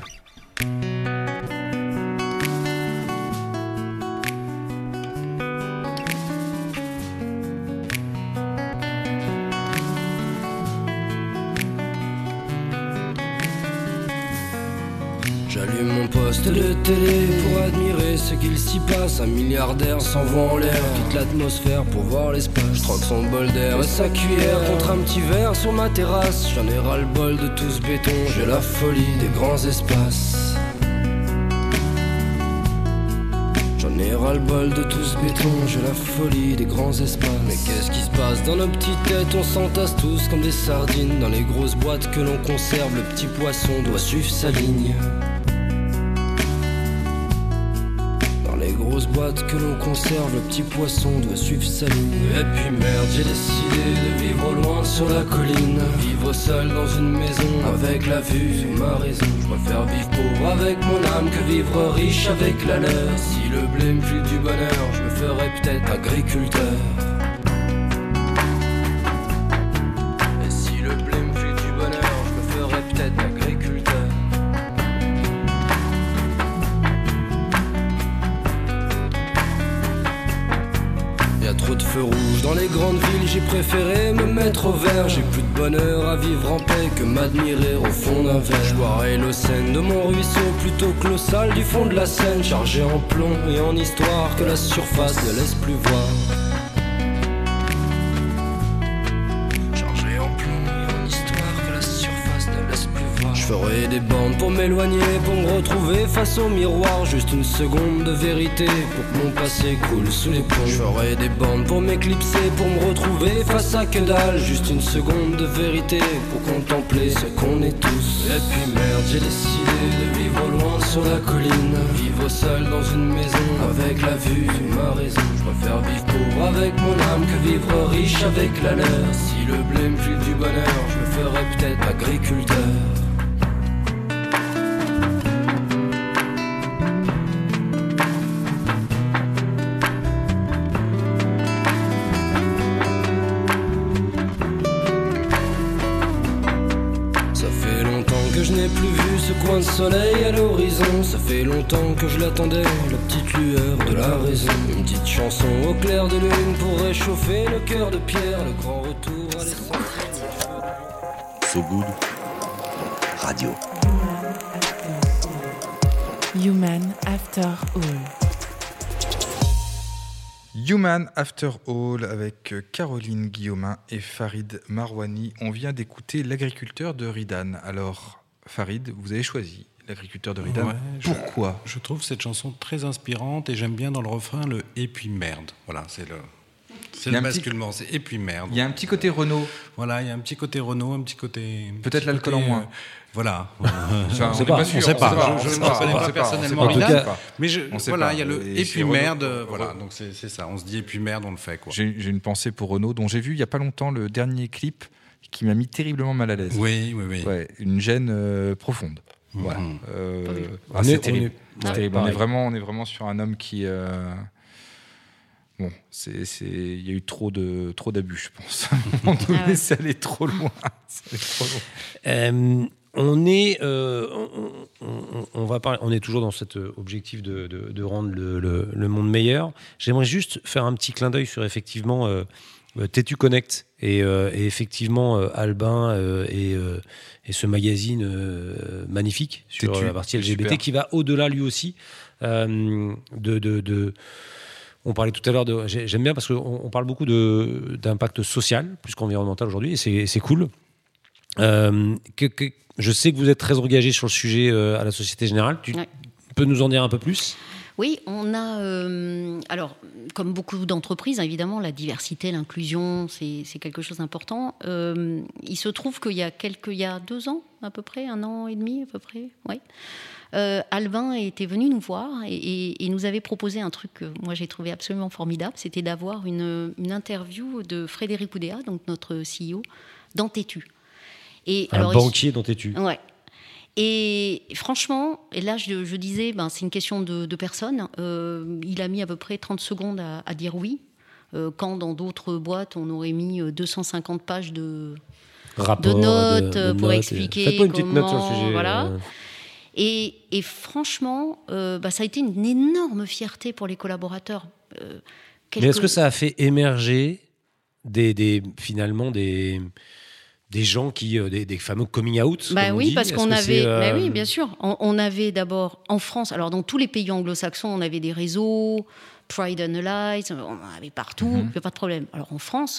J'allume mon poste de télé pour admirer ce qu'il s'y passe. Un milliardaire s'envoie en l'air, quitte l'atmosphère pour voir l'espace. Troque son bol d'air et sa cuillère contre un petit verre sur ma terrasse. J'en ai ras le bol de tout ce béton, j'ai la folie des grands espaces. J'en ai ras le bol de tout ce béton, j'ai la folie des grands espaces. Mais qu'est-ce qui se passe dans nos petites têtes? On s'entasse tous comme des sardines dans les grosses boîtes que l'on conserve. Le petit poisson doit suivre sa ligne. Les grosses boîtes que l'on conserve, le petit poisson doit suivre sa ligne. Et puis merde, j'ai décidé de vivre loin sur la colline. Vivre seul dans une maison avec la vue sur ma raison. Je préfère vivre pauvre avec mon âme que vivre riche avec la leur. Si le blé me file du bonheur, je me ferais peut-être agriculteur. Et si le blé me file du bonheur, je me ferais peut-être agriculteur. Y'a trop de feux rouges dans les grandes villes, j'ai préféré me mettre au vert. J'ai plus de bonheur à vivre en paix que m'admirer au fond d'un verre. Je boirai l'eau saine de mon ruisseau plutôt que l'eau sale du fond de la Seine. Chargé en plomb et en histoire que la surface ne laisse plus voir. Chargé en plomb et en histoire que la surface ne laisse plus voir. Je ferai des bandes pour m'éloigner, pour me retrouver face au miroir. Juste une seconde de vérité pour que mon passé coule sous les ponts. Je ferai des bandes pour m'éclipser, pour me retrouver face à que dalle. Juste une seconde de vérité pour contempler ce qu'on est tous. Et puis merde, j'ai décidé de vivre loin sur la colline. Vivre seul dans une maison avec la vue sur ma raison. Je préfère vivre pauvre avec mon âme que vivre riche avec la leur. Si le blé me file du bonheur, je me ferais peut-être agriculteur. Je n'ai plus vu ce coin de soleil à l'horizon. Ça fait longtemps que je l'attendais, la petite lueur de la raison. Une petite chanson au clair de lune pour réchauffer le cœur de pierre. Le grand retour à l'essence. So Good Radio. Human After All. Human After All avec Caroline Guillaumin et Farid Marouani. On vient d'écouter l'agriculteur de Ridan. Alors, Farid, vous avez choisi l'agriculteur de Ridan. Ouais, Pourquoi ? je, je trouve cette chanson très inspirante et j'aime bien dans le refrain le « et puis merde ». Voilà, c'est le, c'est le basculement, petit... c'est « et puis merde ». Il y a un petit côté Renault. Voilà, il y a un petit côté Renault, un petit côté... Peut-être petit l'alcool côté, en moins. Euh, voilà. Enfin, on sait pas, sûr, on sait pas. pas. Je On ne sait connais pas, pas on personnellement sait pas. Ridan, Pas. mais je, On sait voilà, pas. il y a le Et « et c'est puis Renault. merde ». Voilà, Renault. donc c'est, c'est ça. On se dit « et puis merde », on le fait, quoi. J'ai, j'ai une pensée pour Renault, dont j'ai vu il n'y a pas longtemps le dernier clip qui m'a mis terriblement mal à l'aise. Oui, oui, oui. Ouais, une gêne euh, profonde. Voilà. Mhm. Euh, On ah, c'est est- terrible. on est- C'est ouais, terrible. On est pareil. vraiment, on est vraiment sur un homme qui. euh, Bon, c'est, c'est, il y a eu trop de, trop d'abus, je pense. À un moment donné, Ah ouais. c'est allé trop loin. C'est allé trop loin. Euh, on est, euh, on, on- on va parler, on est toujours dans cet euh, objectif de, de- de rendre le, le- le monde meilleur. J'aimerais juste faire un petit clin d'œil sur effectivement euh, euh, Tétu Connect et, euh, et effectivement euh, Albin euh, et, euh, et ce magazine euh, magnifique sur Tétu, la partie L G B T super. qui va au-delà lui aussi euh, de, de, de on parlait tout à l'heure de. j'ai- J'aime bien parce qu'on on parle beaucoup de, d'impact social plus qu'environnemental aujourd'hui, et c'est, c'est cool. Euh, que, que- je sais que vous êtes très engagé sur le sujet euh, à la Société Générale. Tu Ouais. peux nous en dire un peu plus ? Oui, on a... Euh, alors, comme beaucoup d'entreprises, évidemment, la diversité, l'inclusion, c'est, c'est quelque chose d'important. Euh, il se trouve qu'il y a quelques... Il y a deux ans, à peu près, un an et demi, à peu près, oui. Euh, Albin était venu nous voir et, et, et nous avait proposé un truc que moi j'ai trouvé absolument formidable, c'était d'avoir une, une interview de Frédéric Oudéa, donc notre C E O, dans Tétu. Et un alors, banquier dans Tétu. Ouais. Et franchement, et là je, je disais, ben, c'est une question de, de personne. Euh, il a mis à peu près trente secondes à, à dire oui, euh, quand dans d'autres boîtes on aurait mis deux cent cinquante pages de, Rapport, de notes de, de pour notes expliquer. Et... Faites-moi une petite comment, note sur le sujet. Voilà. Euh... Et, et franchement, euh, bah, ça a été une énorme fierté pour les collaborateurs. Euh, quelques... Mais est-ce que ça a fait émerger des, des, finalement des, des gens qui, euh, des, des fameux coming out bah comme oui, on dit. parce est-ce qu'on que avait, euh... bah oui, bien sûr. On, on avait d'abord en France, alors dans tous les pays anglo-saxons, on avait des réseaux, Pride and Allies, on en avait partout, il mm-hmm. n'y a pas de problème. Alors en France.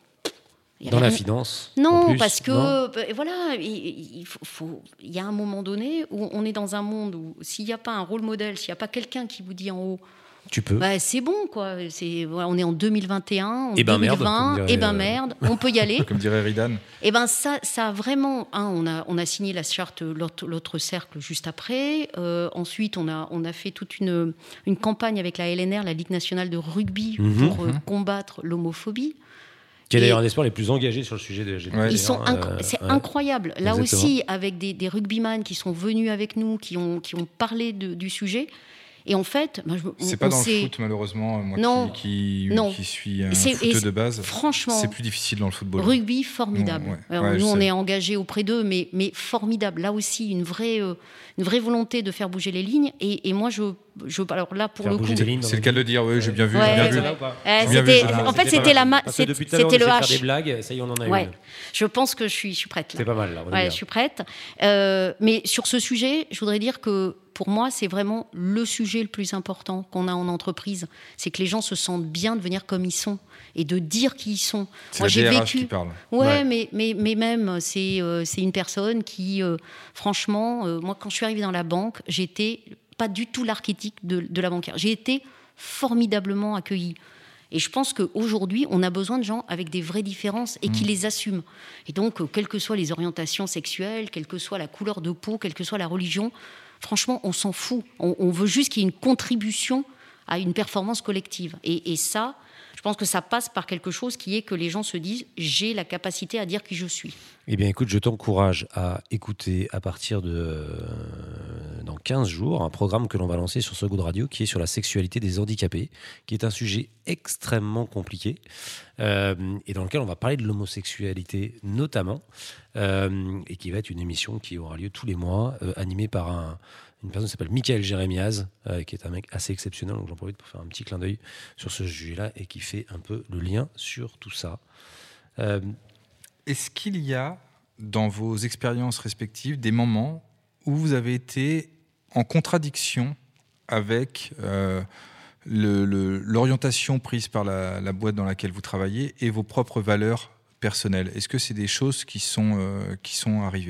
Dans la finance. Non, plus, parce que non voilà, il, il faut, faut, il y a un moment donné où on est dans un monde où s'il n'y a pas un rôle modèle, s'il n'y a pas quelqu'un qui vous dit en haut, tu peux. Bah, c'est bon quoi. C'est, voilà, on est en deux mille vingt et un, en et ben deux mille vingt, merde, et ben merde, on peut y aller. Comme dirait Ridan. Et ben ça, ça a vraiment. Hein, on a, on a signé la charte l'autre, l'autre cercle juste après. Euh, ensuite, on a, on a fait toute une, une campagne avec la L N R, la Ligue nationale de rugby, mm-hmm. pour euh, combattre l'homophobie. Qui est d'ailleurs un des sports les plus engagés sur le sujet de L G B T. Ouais. Ils sont inc- euh, c'est ouais. incroyable. Là Exactement. Aussi, avec des, des rugbyman qui sont venus avec nous, qui ont, qui ont parlé de, du sujet. Et en fait, bah, je, c'est on, pas on dans sait... le foot malheureusement, moi non, qui, qui, non. qui suis un footeux de base. Franchement, c'est plus difficile dans le football. Rugby formidable. Non, ouais. Alors, ouais, nous on est engagés auprès d'eux, mais, mais formidable. Là aussi, une vraie, euh, une vraie volonté de faire bouger les lignes. Et, et moi, je, je, alors là pour faire le coup, lignes, c'est le cas de le dire. Oui, j'ai bien vu. Ouais, j'ai bien ouais, vu. Euh, j'ai bien vu en fait, c'était la, ma... Parce que depuis tout à c'était l'heure, le H. Faire des blagues, ça y est, on en a ouais. une. Je pense que je suis, je suis prête. Là. C'est pas mal là. Ouais, je suis prête. Euh, mais sur ce sujet, je voudrais dire que pour moi, c'est vraiment le sujet le plus important qu'on a en entreprise. C'est que les gens se sentent bien de venir comme ils sont et de dire qui ils sont. C'est moi, la j'ai D R H vécu. Qui parle. Ouais, ouais. Mais, mais, mais même, c'est, euh, c'est une personne qui, euh, franchement, euh, moi, quand je suis arrivée dans la banque, j'étais pas du tout l'archétype de, de la banquière. J'ai été formidablement accueillie. Et je pense qu'aujourd'hui, on a besoin de gens avec des vraies différences et qui mmh. les assument. Et donc, euh, quelles que soient les orientations sexuelles, quelle que soit la couleur de peau, quelle que soit la religion, franchement, on s'en fout. On, on veut juste qu'il y ait une contribution à une performance collective. Et, et ça, je pense que ça passe par quelque chose qui est que les gens se disent « j'ai la capacité à dire qui je suis ». Eh bien, écoute, je t'encourage à écouter à partir de euh, dans quinze jours un programme que l'on va lancer sur So Good Radio qui est sur la sexualité des handicapés, qui est un sujet extrêmement compliqué euh, et dans lequel on va parler de l'homosexualité notamment euh, et qui va être une émission qui aura lieu tous les mois, euh, animée par un, une personne qui s'appelle Michael Jérémiaz, euh, qui est un mec assez exceptionnel, donc j'en profite pour faire un petit clin d'œil sur ce sujet-là et qui fait un peu le lien sur tout ça. Euh, Est-ce qu'il y a, dans vos expériences respectives, des moments où vous avez été en contradiction avec euh, le, le, l'orientation prise par la, la boîte dans laquelle vous travaillez et vos propres valeurs personnelles ? Est-ce que c'est des choses qui sont, euh, qui sont arrivées ?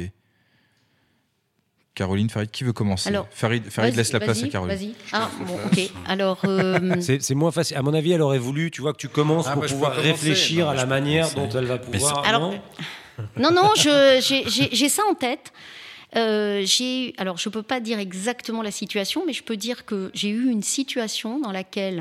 Caroline, Farid, qui veut commencer ? Alors, Farid, Farid laisse la place à Caroline. Vas-y. Ah, bon, ok. Alors, euh... c'est, c'est moins facile. À mon avis, elle aurait voulu, tu vois, que tu commences ah, pour bah, pouvoir réfléchir non, à la manière commencer. Dont elle va pouvoir. Alors, non, non, je, j'ai, j'ai, j'ai ça en tête. Euh, j'ai, alors, je ne peux pas dire exactement la situation, mais je peux dire que j'ai eu une situation dans laquelle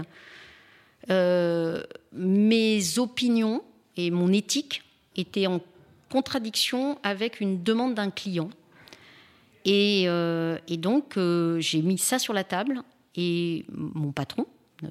euh, mes opinions et mon éthique étaient en contradiction avec une demande d'un client. Et, euh, et donc, euh, j'ai mis ça sur la table et mon patron euh,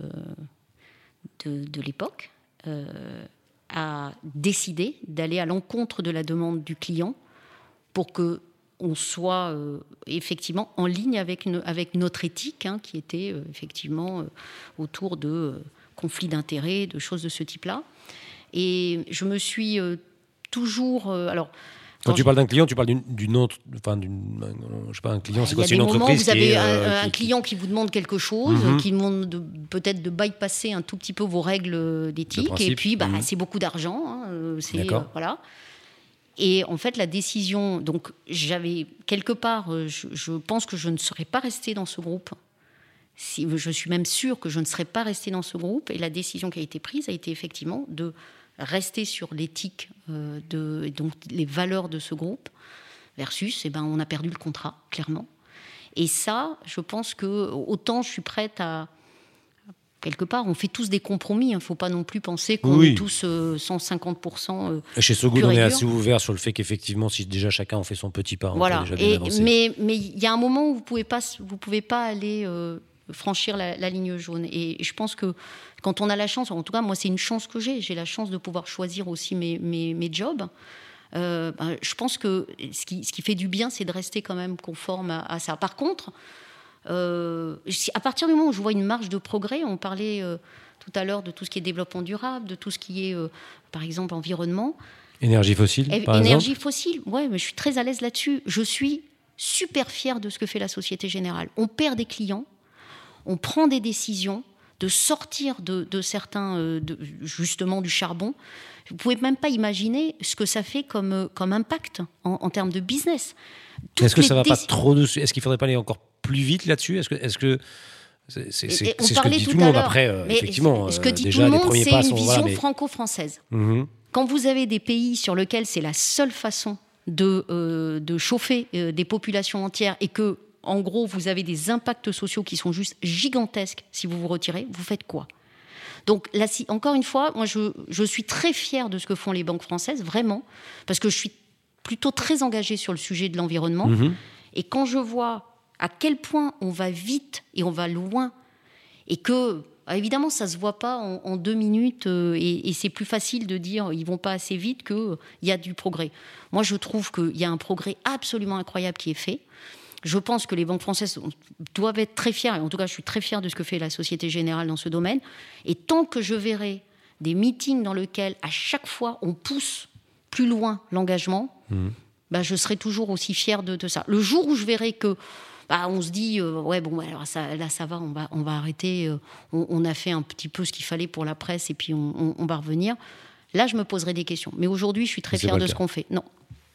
de, de l'époque euh, a décidé d'aller à l'encontre de la demande du client pour qu'on soit euh, effectivement en ligne avec, une, avec notre éthique, hein, qui était euh, effectivement euh, autour de euh, conflits d'intérêts, de choses de ce type-là. Et je me suis euh, toujours... Euh, alors, Quand tu parles d'un client, tu parles d'une, d'une autre, enfin d'une, je sais pas, un client, c'est quoi ? C'est une entreprise qui est... Il y a des moments où vous avez euh, un, qui, un client qui vous demande quelque chose, mm-hmm. qui demande de, peut-être de bypasser un tout petit peu vos règles d'éthique, principe, et puis bah, mm-hmm. c'est beaucoup d'argent, hein, c'est, D'accord. Euh, voilà. Et en fait, la décision, donc j'avais quelque part, je, je pense que je ne serais pas restée dans ce groupe si, je suis même sûre que je ne serais pas restée dans ce groupe. Et la décision qui a été prise a été effectivement de rester sur l'éthique, euh, de, donc les valeurs de ce groupe, versus, eh ben, on a perdu le contrat, clairement. Et ça, je pense que autant je suis prête à... Quelque part, on fait tous des compromis. Il ne faut pas non plus penser qu'on oui. est tous euh, cent cinquante pour cent euh, Chez So Good, on est assez ouvert sur le fait qu'effectivement, si déjà chacun en fait son petit pas, on voilà. peut déjà bien et, avancer. Mais mais il y a un moment où vous pouvez pas, vous pouvez pas aller euh, franchir la, la ligne jaune. Et, et je pense que quand on a la chance, en tout cas, moi, c'est une chance que j'ai. J'ai la chance de pouvoir choisir aussi mes, mes, mes jobs. Euh, ben, je pense que ce qui, ce qui fait du bien, c'est de rester quand même conforme à, à ça. Par contre, euh, à partir du moment où je vois une marge de progrès, on parlait euh, tout à l'heure de tout ce qui est développement durable, de tout ce qui est, euh, par exemple, environnement. Énergie fossile, é- par Énergie exemple. fossile, ouais, mais je suis très à l'aise là-dessus. Je suis super fière de ce que fait la Société Générale. On perd des clients, on prend des décisions de sortir de, de certains, euh, de, justement, du charbon. Vous ne pouvez même pas imaginer ce que ça fait comme, comme impact en, en termes de business. Est-ce que ça ne va déc- pas trop dessus ? Est-ce qu'il ne faudrait pas aller encore plus vite là-dessus ? Est-ce que, est-ce que c'est, c'est, c'est, Et- et on c'est ce que parlait dit tout tout le à monde l'heure, après, euh, mais effectivement. ce que euh, dit déjà, tout le les monde, premiers c'est pas une sont, vision voilà, mais- franco-française. Mhm. Quand vous avez des pays sur lesquels c'est la seule façon de, euh, de chauffer euh, des populations entières et que, en gros, vous avez des impacts sociaux qui sont juste gigantesques si vous vous retirez, vous faites quoi ? Donc, là, si, encore une fois, moi, je, je suis très fière de ce que font les banques françaises, vraiment, parce que je suis plutôt très engagée sur le sujet de l'environnement. Mhm. Et quand je vois à quel point on va vite et on va loin, et que, ah, évidemment, ça ne se voit pas en, en deux minutes, euh, et, et c'est plus facile de dire ils ne vont pas assez vite qu'il euh, y a du progrès. Moi, je trouve qu'il y a un progrès absolument incroyable qui est fait. Je pense que les banques françaises doivent être très fières, et en tout cas, je suis très fière de ce que fait la Société Générale dans ce domaine. Et tant que je verrai des meetings dans lesquels, à chaque fois, on pousse plus loin l'engagement, mmh. bah, je serai toujours aussi fière de, de ça. Le jour où je verrai que bah, on se dit, euh, ouais, bon, alors ça, là, ça va, on va, on va arrêter, euh, on, on a fait un petit peu ce qu'il fallait pour la presse, et puis on, on, on va revenir, là, je me poserai des questions. Mais aujourd'hui, je suis très fière de ce qu'on fait. Non.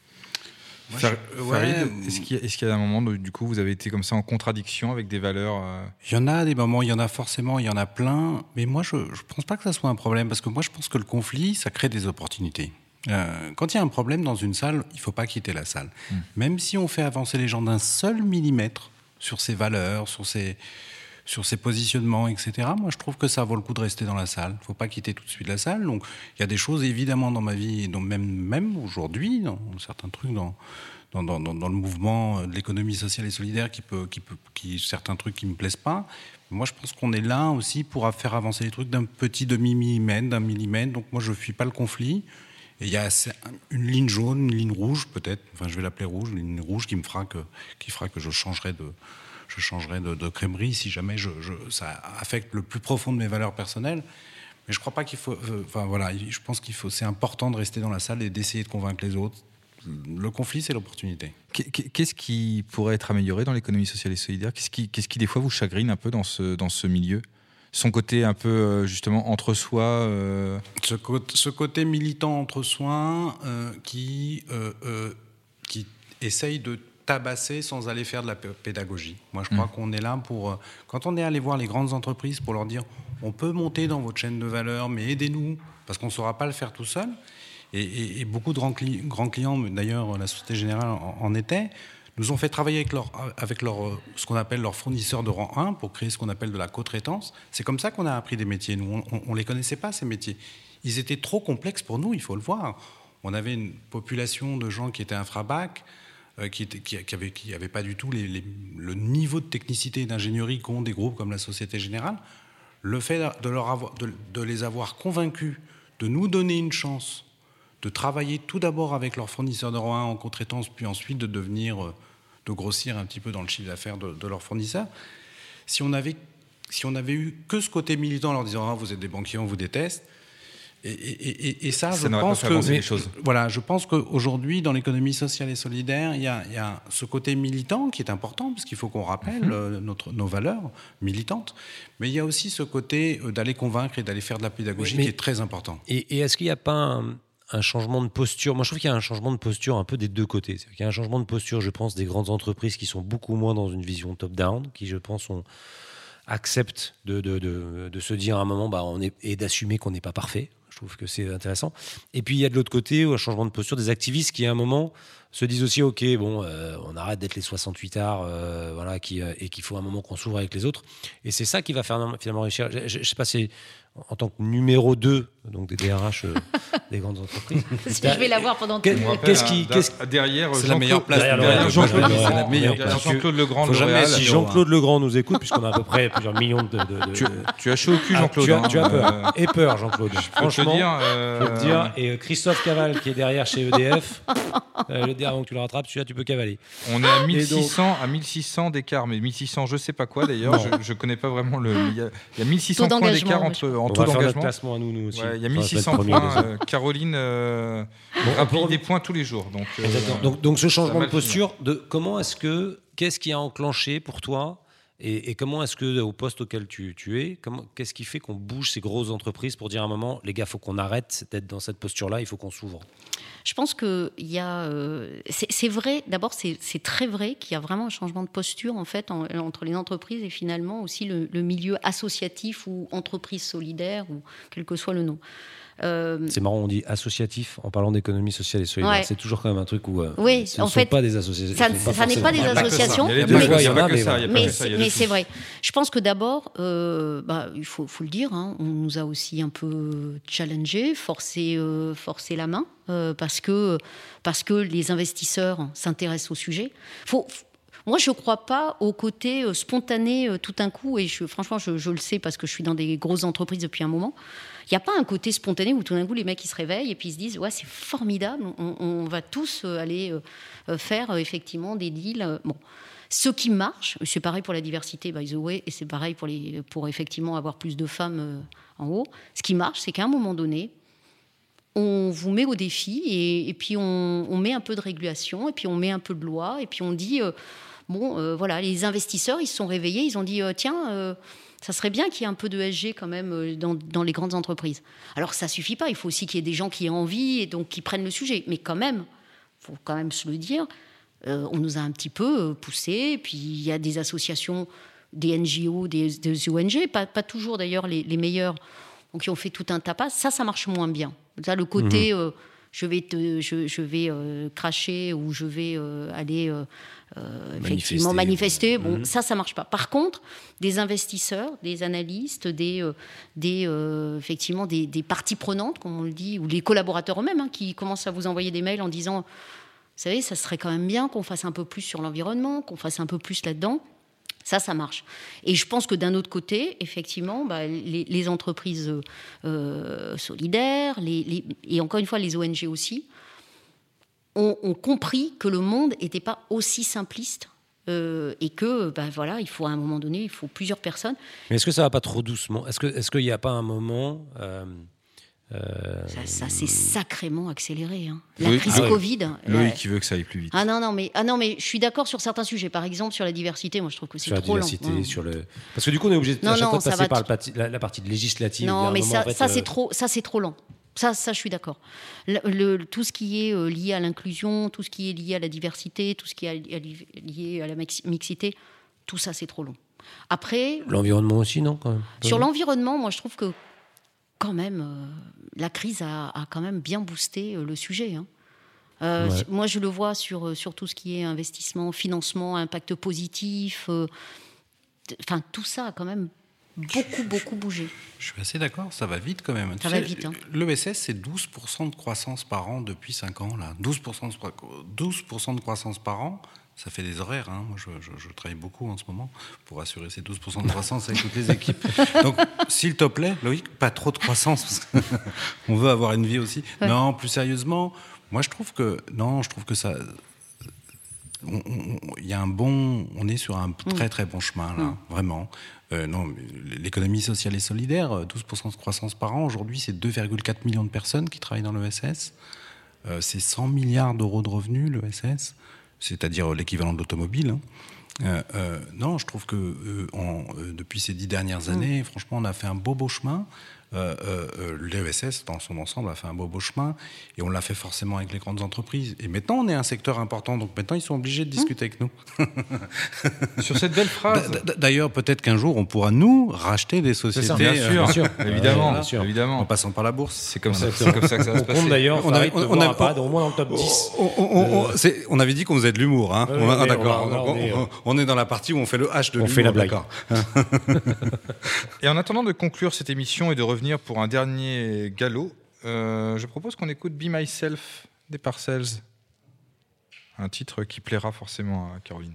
Farid, ouais. est-ce qu'il y a, est-ce qu'il y a un moment où, du coup, vous avez été comme ça en contradiction avec des valeurs euh... Il y en a des moments, il y en a forcément, il y en a plein. Mais moi, je ne pense pas que ça soit un problème. Parce que moi, je pense que le conflit, ça crée des opportunités. Euh, quand il y a un problème dans une salle, il ne faut pas quitter la salle. Mmh. Même si on fait avancer les gens d'un seul millimètre sur ses valeurs, sur ses, sur ses positionnements, et cetera, moi, je trouve que ça vaut le coup de rester dans la salle. Il ne faut pas quitter tout de suite la salle. Donc, il y a des choses, évidemment, dans ma vie, et donc même, même aujourd'hui, dans certains trucs, dans... Dans, dans, dans le mouvement de l'économie sociale et solidaire, qui peut, qui peut, qui, certains trucs qui ne me plaisent pas. Moi, je pense qu'on est là aussi pour faire avancer les trucs d'un petit demi-millimètre, d'un millimètre. Donc moi, je ne fuis pas le conflit. Et il y a une ligne jaune, une ligne rouge, peut-être, enfin je vais l'appeler rouge, une ligne rouge qui me fera que, qui fera que je changerai de, je changerai de, de crèmerie si jamais je, je, ça affecte le plus profond de mes valeurs personnelles. Mais je ne crois pas qu'il faut... Euh, enfin voilà, je pense qu'il faut... C'est important de rester dans la salle et d'essayer de convaincre les autres. Le conflit, c'est l'opportunité. Qu'est-ce qui pourrait être amélioré dans l'économie sociale et solidaire ? Qu'est-ce qui, qu'est-ce qui, des fois, vous chagrine un peu dans ce, dans ce milieu ? Son côté un peu, justement, entre-soi euh... ce, côté, ce côté militant entre-soi euh, qui, euh, euh, qui essaye de tabasser sans aller faire de la pédagogie. Moi, je crois mmh. qu'on est là pour... Quand on est allé voir les grandes entreprises pour leur dire « on peut monter dans votre chaîne de valeur, mais aidez-nous, parce qu'on ne saura pas le faire tout seul », Et, et, et beaucoup de grands, cli- grands clients, d'ailleurs la Société Générale en, en était, nous ont fait travailler avec, leur, avec leur, ce qu'on appelle leurs fournisseurs de rang un pour créer ce qu'on appelle de la co-traitance. C'est comme ça qu'on a appris des métiers. Nous, on ne les connaissait pas, ces métiers. Ils étaient trop complexes pour nous, il faut le voir. On avait une population de gens qui étaient infra-bac, euh, qui n'avaient qui, qui avait, qui avait pas du tout les, les, le niveau de technicité et d'ingénierie qu'ont des groupes comme la Société Générale. Le fait de, leur avoir, de, de les avoir convaincus de nous donner une chance de travailler tout d'abord avec leurs fournisseurs de rang un en co-traitance, puis ensuite de devenir, de grossir un petit peu dans le chiffre d'affaires de, de leurs fournisseurs. Si on avait, si on avait eu que ce côté militant en leur disant ah, vous êtes des banquiers, on vous déteste, et, et, et, et ça, ça je pense pas que les choses. Voilà, je pense qu'aujourd'hui dans l'économie sociale et solidaire, il y a, il y a ce côté militant qui est important parce qu'il faut qu'on rappelle mmh. euh, notre, nos valeurs militantes, mais il y a aussi ce côté euh, d'aller convaincre et d'aller faire de la pédagogie oui, qui est très important. Et, et est-ce qu'il n'y a pas un un changement de posture. Moi, je trouve qu'il y a un changement de posture un peu des deux côtés. C'est-à-dire qu'il y a un changement de posture, je pense, des grandes entreprises qui sont beaucoup moins dans une vision top-down, qui, je pense, ont acceptent de, de, de, de se dire à un moment bah, on est, et d'assumer qu'on n'est pas parfait. Je trouve que c'est intéressant. Et puis il y a de l'autre côté, un changement de posture, des activistes qui à un moment se disent aussi ok, bon, euh, on arrête d'être les soixante-huit arts, euh, voilà, qui, euh, et qu'il faut un moment qu'on s'ouvre avec les autres. Et c'est ça qui va faire finalement réussir. Je, je, je sais pas, c'est en tant que numéro deux, donc des D R H euh, des grandes entreprises. Je vais l'avoir pendant tout le Qu'est-ce qui, qu'est-ce... Derrière, c'est la meilleure place. Derrière, derrière Jean-Claude, c'est la meilleure derrière place. Jean-Claude Legrand, Faut jamais L'Oréal. Si Jean-Claude Legrand nous écoute, puisqu'on a à peu près plusieurs millions de... de, de tu, de... tu as chaud au cul, Ah, Jean-Claude. tu, as, hein, tu as peur. euh, Et peur, Jean-Claude. Franchement, je peux te dire, euh... je peux te dire. Et Christophe Caval, qui est derrière chez E D F, euh, le dire avant que tu le rattrapes, celui-là, tu peux cavaler. On est à mille six cents, à mille six cents d'écart, mais mille six cents, je sais pas quoi d'ailleurs, je, je connais pas vraiment le. Il y a, il y a mille six cents points d'écart entre en taux d'engagement. Notre classement à nous, nous aussi. Ouais, il y a mille six cents points. Euh, Caroline euh, bon, rapide des points tous les jours. Donc, euh, donc, donc ce changement de posture, de comment est-ce que, qu'est-ce qui a enclenché pour toi? Et, et comment est-ce que, au poste auquel tu, tu es, comment, qu'est-ce qui fait qu'on bouge ces grosses entreprises pour dire à un moment, les gars, il faut qu'on arrête d'être dans cette posture-là, il faut qu'on s'ouvre? Je pense que il y a, euh, c'est, c'est vrai. D'abord, c'est, c'est très vrai qu'il y a vraiment un changement de posture en fait en, entre les entreprises et finalement aussi le, le milieu associatif ou entreprise solidaire ou quel que soit le nom. Euh... C'est marrant, on dit associatif en parlant d'économie sociale et solidaire. Ouais. C'est toujours quand même un truc où euh, oui, ce en ne sont fait, pas des associations. Ça, ça, ça n'est pas des associations. Il y a les deux, il y a pas que ça. Mais, mais c'est vrai. Je pense que d'abord, euh, bah, il faut, faut le dire, hein, on nous a aussi un peu challengé, forcé, euh, forcé la main, euh, parce que parce que les investisseurs s'intéressent au sujet. Faut Moi, je ne crois pas au côté euh, spontané euh, tout d'un coup, et je, franchement, je, je le sais parce que je suis dans des grosses entreprises depuis un moment. Il n'y a pas un côté spontané où tout d'un coup, les mecs ils se réveillent et puis ils se disent « Ouais, c'est formidable, on, on va tous euh, aller euh, faire euh, effectivement des deals. Euh, » Bon. Ce qui marche, c'est pareil pour la diversité, by the way, et c'est pareil pour, les, pour effectivement avoir plus de femmes euh, en haut. Ce qui marche, c'est qu'à un moment donné, on vous met au défi et, et puis on, on met un peu de régulation et puis on met un peu de loi et puis on dit... Euh, Bon, euh, voilà, les investisseurs, ils se sont réveillés, ils ont dit euh, tiens, euh, ça serait bien qu'il y ait un peu de E S G quand même euh, dans, dans les grandes entreprises. Alors ça suffit pas, il faut aussi qu'il y ait des gens qui aient envie et donc qui prennent le sujet. Mais quand même, faut quand même se le dire, euh, on nous a un petit peu poussé. Puis il y a des associations, des N G O, des, des O N G, pas, pas toujours d'ailleurs les, les meilleurs, donc qui ont fait tout un tapas. Ça, ça marche moins bien. Ça, le côté, mmh. euh, je vais, te, je, je vais euh, cracher ou je vais euh, aller euh, euh, effectivement manifester. Bon, mmh. ça, ça marche pas. Par contre, des investisseurs, des analystes, des, euh, des euh, effectivement des, des parties prenantes, comme on le dit, ou les collaborateurs eux-mêmes, hein, qui commencent à vous envoyer des mails en disant, vous savez, ça serait quand même bien qu'on fasse un peu plus sur l'environnement, qu'on fasse un peu plus là-dedans. Ça, ça marche. Et je pense que d'un autre côté, effectivement, bah, les, les entreprises euh, solidaires, les, les, et encore une fois les O N G aussi, ont, ont compris que le monde n'était pas aussi simpliste euh, et que, bah, voilà, il faut à un moment donné, il faut plusieurs personnes. Mais est-ce que ça ne va pas trop doucement ? Est-ce que, est-ce qu'il n'y a pas un moment... Euh... Euh... Ça, ça s'est sacrément accéléré. Hein. La Loïc, crise ah ouais. Covid. Loïc la... qui veut que ça aille plus vite. Ah non, non, mais, ah non, mais je suis d'accord sur certains sujets. Par exemple, sur la diversité, moi je trouve que c'est sur trop la diversité, lent. Sur le... Parce que du coup, on est obligé de, non, à chaque non, fois de passer par t... le, la, la partie législative. Non, mais moment, ça, en fait, ça, euh... c'est trop, ça, c'est trop lent. Ça, ça, je suis d'accord. Le, le, tout ce qui est euh, lié à l'inclusion, tout ce qui est lié à la diversité, tout ce qui est lié à la mixité, tout ça, c'est trop long. Après... L'environnement aussi, non quand même. Sur l'environnement, moi, je trouve que quand même, euh, la crise a, a quand même bien boosté euh, le sujet. Hein. Euh, ouais. Moi, je le vois sur, sur tout ce qui est investissement, financement, impact positif. Enfin, euh, tout ça a quand même beaucoup, beaucoup bougé. Je suis assez d'accord, ça va vite quand même. Ça tu va sais, vite. Hein. L'E S S, c'est douze pour cent de croissance par an depuis cinq ans. Là. douze pour cent de, douze pour cent de croissance par an. Ça fait des horaires. Hein. Moi, je, je, je travaille beaucoup en ce moment pour assurer ces douze pour cent de croissance avec toutes les équipes. Donc, s'il te plaît, Loïc, pas trop de croissance, parce qu'on veut avoir une vie aussi. Ouais. Non, plus sérieusement, moi, je trouve que non, je trouve que ça. Il y a un bon, on est sur un très très bon chemin là, mmh. vraiment. Euh, non, l'économie sociale et solidaire, douze pour cent de croissance par an. Aujourd'hui, c'est deux virgule quatre millions de personnes qui travaillent dans l'E S S. Euh, c'est cent milliards d'euros de revenus, l'E S S. C'est-à-dire l'équivalent de l'automobile. Hein. Euh, euh, non, je trouve que euh, en, euh, depuis ces dix dernières années, mmh. franchement, on a fait un beau beau chemin. euh, euh, l'E S S, dans son ensemble, a fait un beau, beau chemin. Et on l'a fait forcément avec les grandes entreprises. Et maintenant, on est un secteur important. Donc maintenant, ils sont obligés de discuter mmh. avec nous. Sur cette belle phrase. D'ailleurs, peut-être qu'un jour, on pourra, nous, racheter des sociétés. Ça, bien sûr, bien sûr. évidemment, euh, bien sûr. évidemment. En passant par la bourse. C'est comme, ça, c'est comme ça que ça va se passer. On compte d'ailleurs, on, avait, on, on, a, pas, au moins dans le top dix. On, on, on, euh... on avait dit qu'on faisait de l'humour. Hein. Ouais, on, ouais, d'accord. On, on, est, on, on est dans la partie où on fait le H de l'humour. On fait la blague. Et en attendant de conclure cette émission et de revenir pour un dernier galop, euh, je propose qu'on écoute Be Myself des Parcells. Un titre qui plaira forcément à Caroline.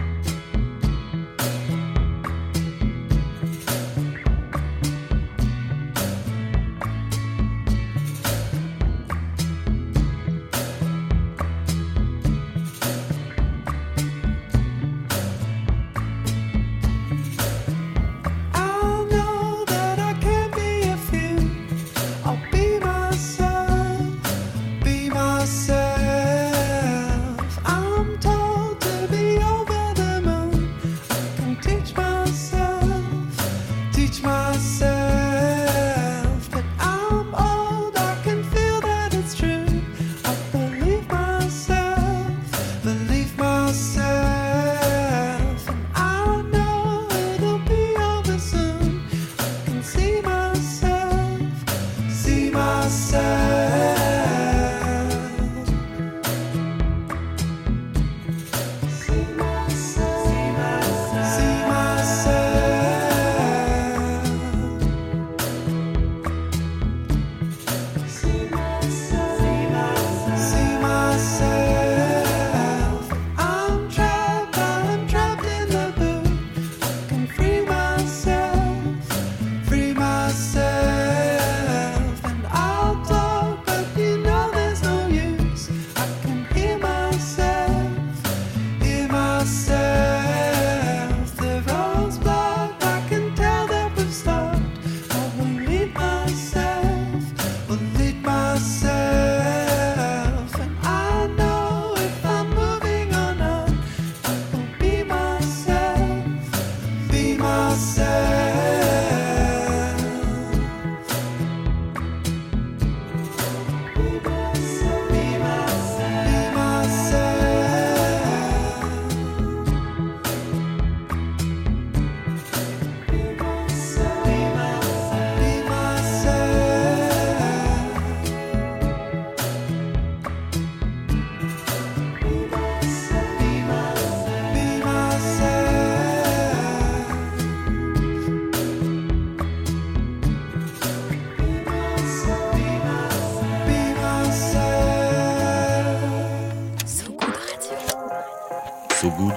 So Good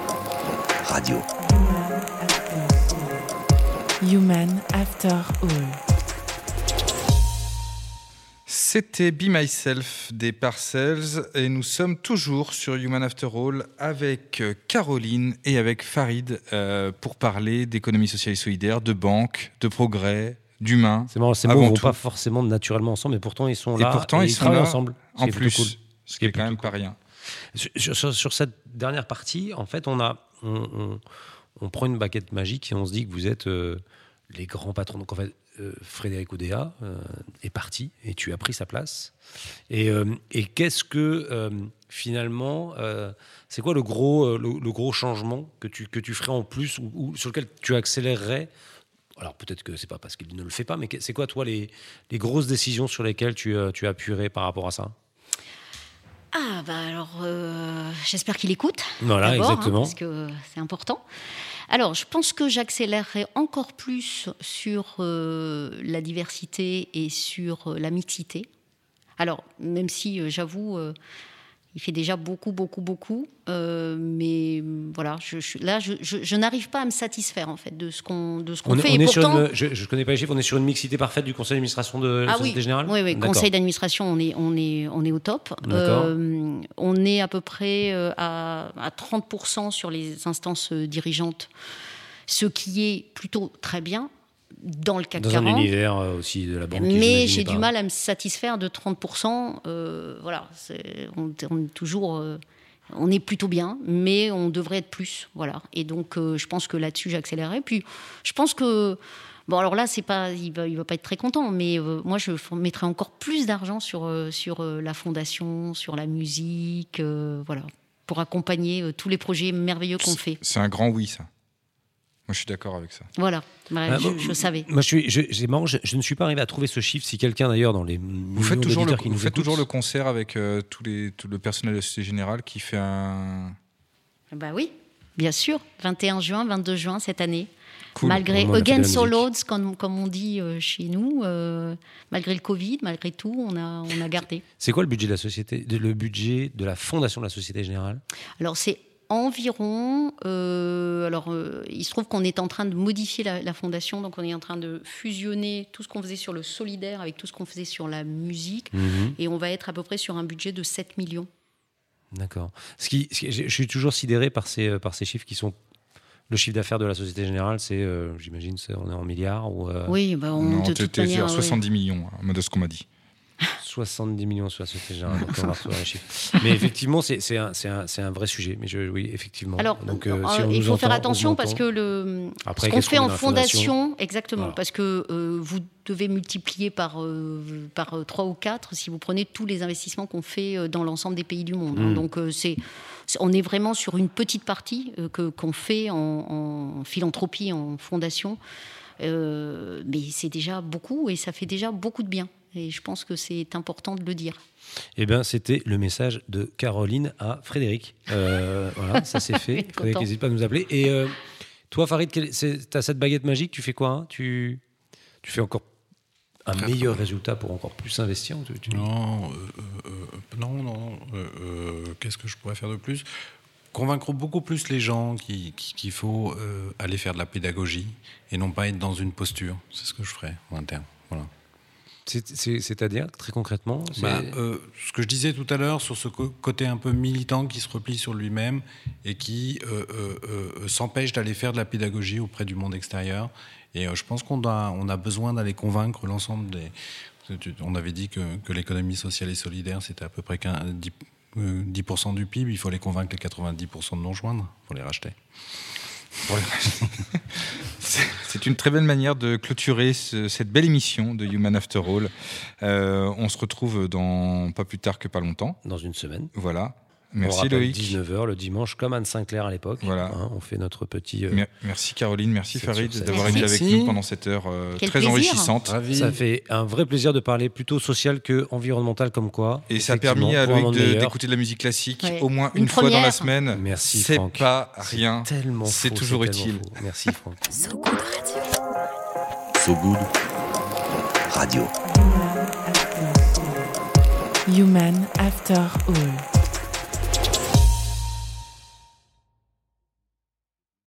Radio. Human After All. C'était Be Myself des Parcells et nous sommes toujours sur Human After All avec Caroline et avec Farid euh, pour parler d'économie sociale et solidaire, de banque, de progrès, d'humain. C'est marrant, ces mots ne vont pas forcément naturellement ensemble, mais pourtant ils sont là et pourtant et ils, ils sont travaillent là ensemble. En plus, cool. ce qui est, est quand même cool. Pas rien. Sur, sur, sur cette dernière partie, en fait, on, a, on, on, on prend une baguette magique et on se dit que vous êtes euh, les grands patrons. Donc en fait, euh, Frédéric Oudéa euh, est parti et tu as pris sa place. Et, euh, et qu'est-ce que euh, finalement, euh, c'est quoi le gros, le, le gros changement que tu, que tu ferais en plus ou, ou sur lequel tu accélérerais? Alors peut-être que c'est pas parce qu'il ne le fait pas, mais c'est quoi toi les, les grosses décisions sur lesquelles tu, tu appuierais par rapport à ça? Ah, bah alors, euh, j'espère qu'il écoute. Voilà, exactement. Hein, parce que c'est important. Alors, je pense que j'accélérerai encore plus sur euh, la diversité et sur euh, la mixité. Alors, même si, euh, j'avoue, euh, il fait déjà beaucoup, beaucoup, beaucoup. Euh, mais voilà, je, je, là, je, je, je n'arrive pas à me satisfaire, en fait, de ce qu'on, de ce qu'on on fait. On et est pourtant, sur une, je ne connais pas les chiffres, on est sur une mixité parfaite du conseil d'administration de la ah Société oui, Générale. Oui, oui, D'accord. Conseil d'administration, on est, on est, on est au top. Euh, on est à peu près à, à trente pour cent sur les instances dirigeantes, ce qui est plutôt très bien. Dans le C A C dans quarante, un univers aussi de la banque. Mais j'ai pas. du mal à me satisfaire de trente pour cent. Euh, voilà, c'est, on, on est toujours, euh, on est plutôt bien, mais on devrait être plus. Voilà. Et donc, euh, je pense que là-dessus, j'accélérerai. Puis, je pense que Bon, alors là, c'est pas, il va, il va pas être très content, mais euh, moi, je mettrais encore plus d'argent sur, euh, sur euh, la fondation, sur la musique, euh, voilà, pour accompagner euh, tous les projets merveilleux qu'on fait. C'est un grand oui, ça. Moi, je suis d'accord avec ça. Voilà, bah, Ah, je, moi, je savais. Moi, je, suis, je, c'est marrant, je, je ne suis pas arrivé à trouver ce chiffre. Si quelqu'un, d'ailleurs, dans les Vous faites toujours le, qui nous vous faites écoutent, toujours le concert avec euh, tous les, tout le personnel de la Société Générale qui fait un... Bah oui, bien sûr. vingt et un juin, vingt-deux juin cette année. Cool. Malgré Vraiment, on a fait de la against all musique. odds, comme, comme on dit euh, chez nous, euh, malgré le Covid, malgré tout, on a, on a gardé. C'est quoi le budget de la société, de- le budget de la fondation de la Société Générale? Alors c'est environ. Euh, alors euh, il se trouve qu'on est en train de modifier la, la fondation, donc on est en train de fusionner tout ce qu'on faisait sur le solidaire avec tout ce qu'on faisait sur la musique, Mhm. et on va être à peu près sur un budget de sept millions. D'accord. Ce qui, ce qui- je je suis toujours sidéré par ces, euh, par ces chiffres qui sont. Le chiffre d'affaires de la Société Générale, c'est, euh, j'imagine, c'est- on est en milliards ou euh, Oui, bah, on, Non, de toute t'étais manière. à oui. soixante-dix millions, hein, de ce qu'on m'a dit. soixante-dix millions sur la Société Générale. Donc on va retrouver les chiffres. Mais effectivement, c'est, c'est, un, c'est, un, c'est un vrai sujet. Mais je, oui, effectivement. Alors, Donc, euh, euh, si on il nous faut faire entend, attention parce augmentons. que le, Après, ce qu'on qu'est-ce fait qu'on met en dans la fondation, fondation exactement, Voilà. parce que euh, vous devez multiplier par, euh, par euh, trois ou quatre si vous prenez tous les investissements qu'on fait euh, dans l'ensemble des pays du monde. hein. Mm. Donc, euh, c'est, c'est- on est vraiment sur une petite partie euh, que, qu'on fait en, en philanthropie, en fondation. Euh, mais c'est déjà beaucoup et ça fait déjà beaucoup de bien. Et je pense que c'est important de le dire. Eh bien, c'était le message de Caroline à Frédéric. Euh, voilà, ça c'est fait. Content. Frédéric, n'hésite pas à nous appeler. Et euh, toi, Farid, tu as cette baguette magique, tu fais quoi hein tu, tu fais encore un Très meilleur fort. résultat pour encore plus investir tu, tu- Non, euh, euh, euh, non, non. euh, euh, qu'est-ce que je pourrais faire de plus? Convaincre beaucoup plus les gens qui- qui- qu'il faut euh, aller faire de la pédagogie et non pas être dans une posture. C'est ce que je ferais en interne. Voilà. C'est, c'est, c'est-à-dire, très concrètement c'est- Bah, euh, ce que je disais tout à l'heure sur ce co- côté un peu militant qui se replie sur lui-même et qui euh, euh, euh, s'empêche d'aller faire de la pédagogie auprès du monde extérieur. Et euh, je pense qu'on a, on a besoin d'aller convaincre l'ensemble des... tu- On avait dit que, que l'économie sociale et solidaire, c'était à peu près quinze, dix, euh, dix pour cent du P I B. Il faut les convaincre les quatre-vingt-dix pour cent de nous rejoindre. Il faut les racheter. C'est c'est une très belle manière de clôturer ce- cette belle émission de Human After All. Euh, on se retrouve dans pas plus tard que pas longtemps. dans une semaine. Voilà. On Merci rappelle Loïc. dix-neuf heures le dimanche, comme Anne Sinclair à l'époque. Voilà. Hein, on fait notre petit. euh, Mer- Merci Caroline, merci C'est Farid sur scène. d'avoir été Merci. avec nous pendant cette heure euh, Quel très plaisir. enrichissante. Ravi. Ça fait un vrai plaisir de parler plutôt social que environnemental, comme quoi. Et ça a effectivement, permis à pour un Loïc monde de- meilleur. d'écouter de la musique classique Ouais. au moins Une une, fois dans la première. semaine. Merci, C'est Franck. pas C'est rien. tellement C'est faux, toujours tellement utile. faux. Merci, Franck. So Good Radio. So Good Radio. Human After All.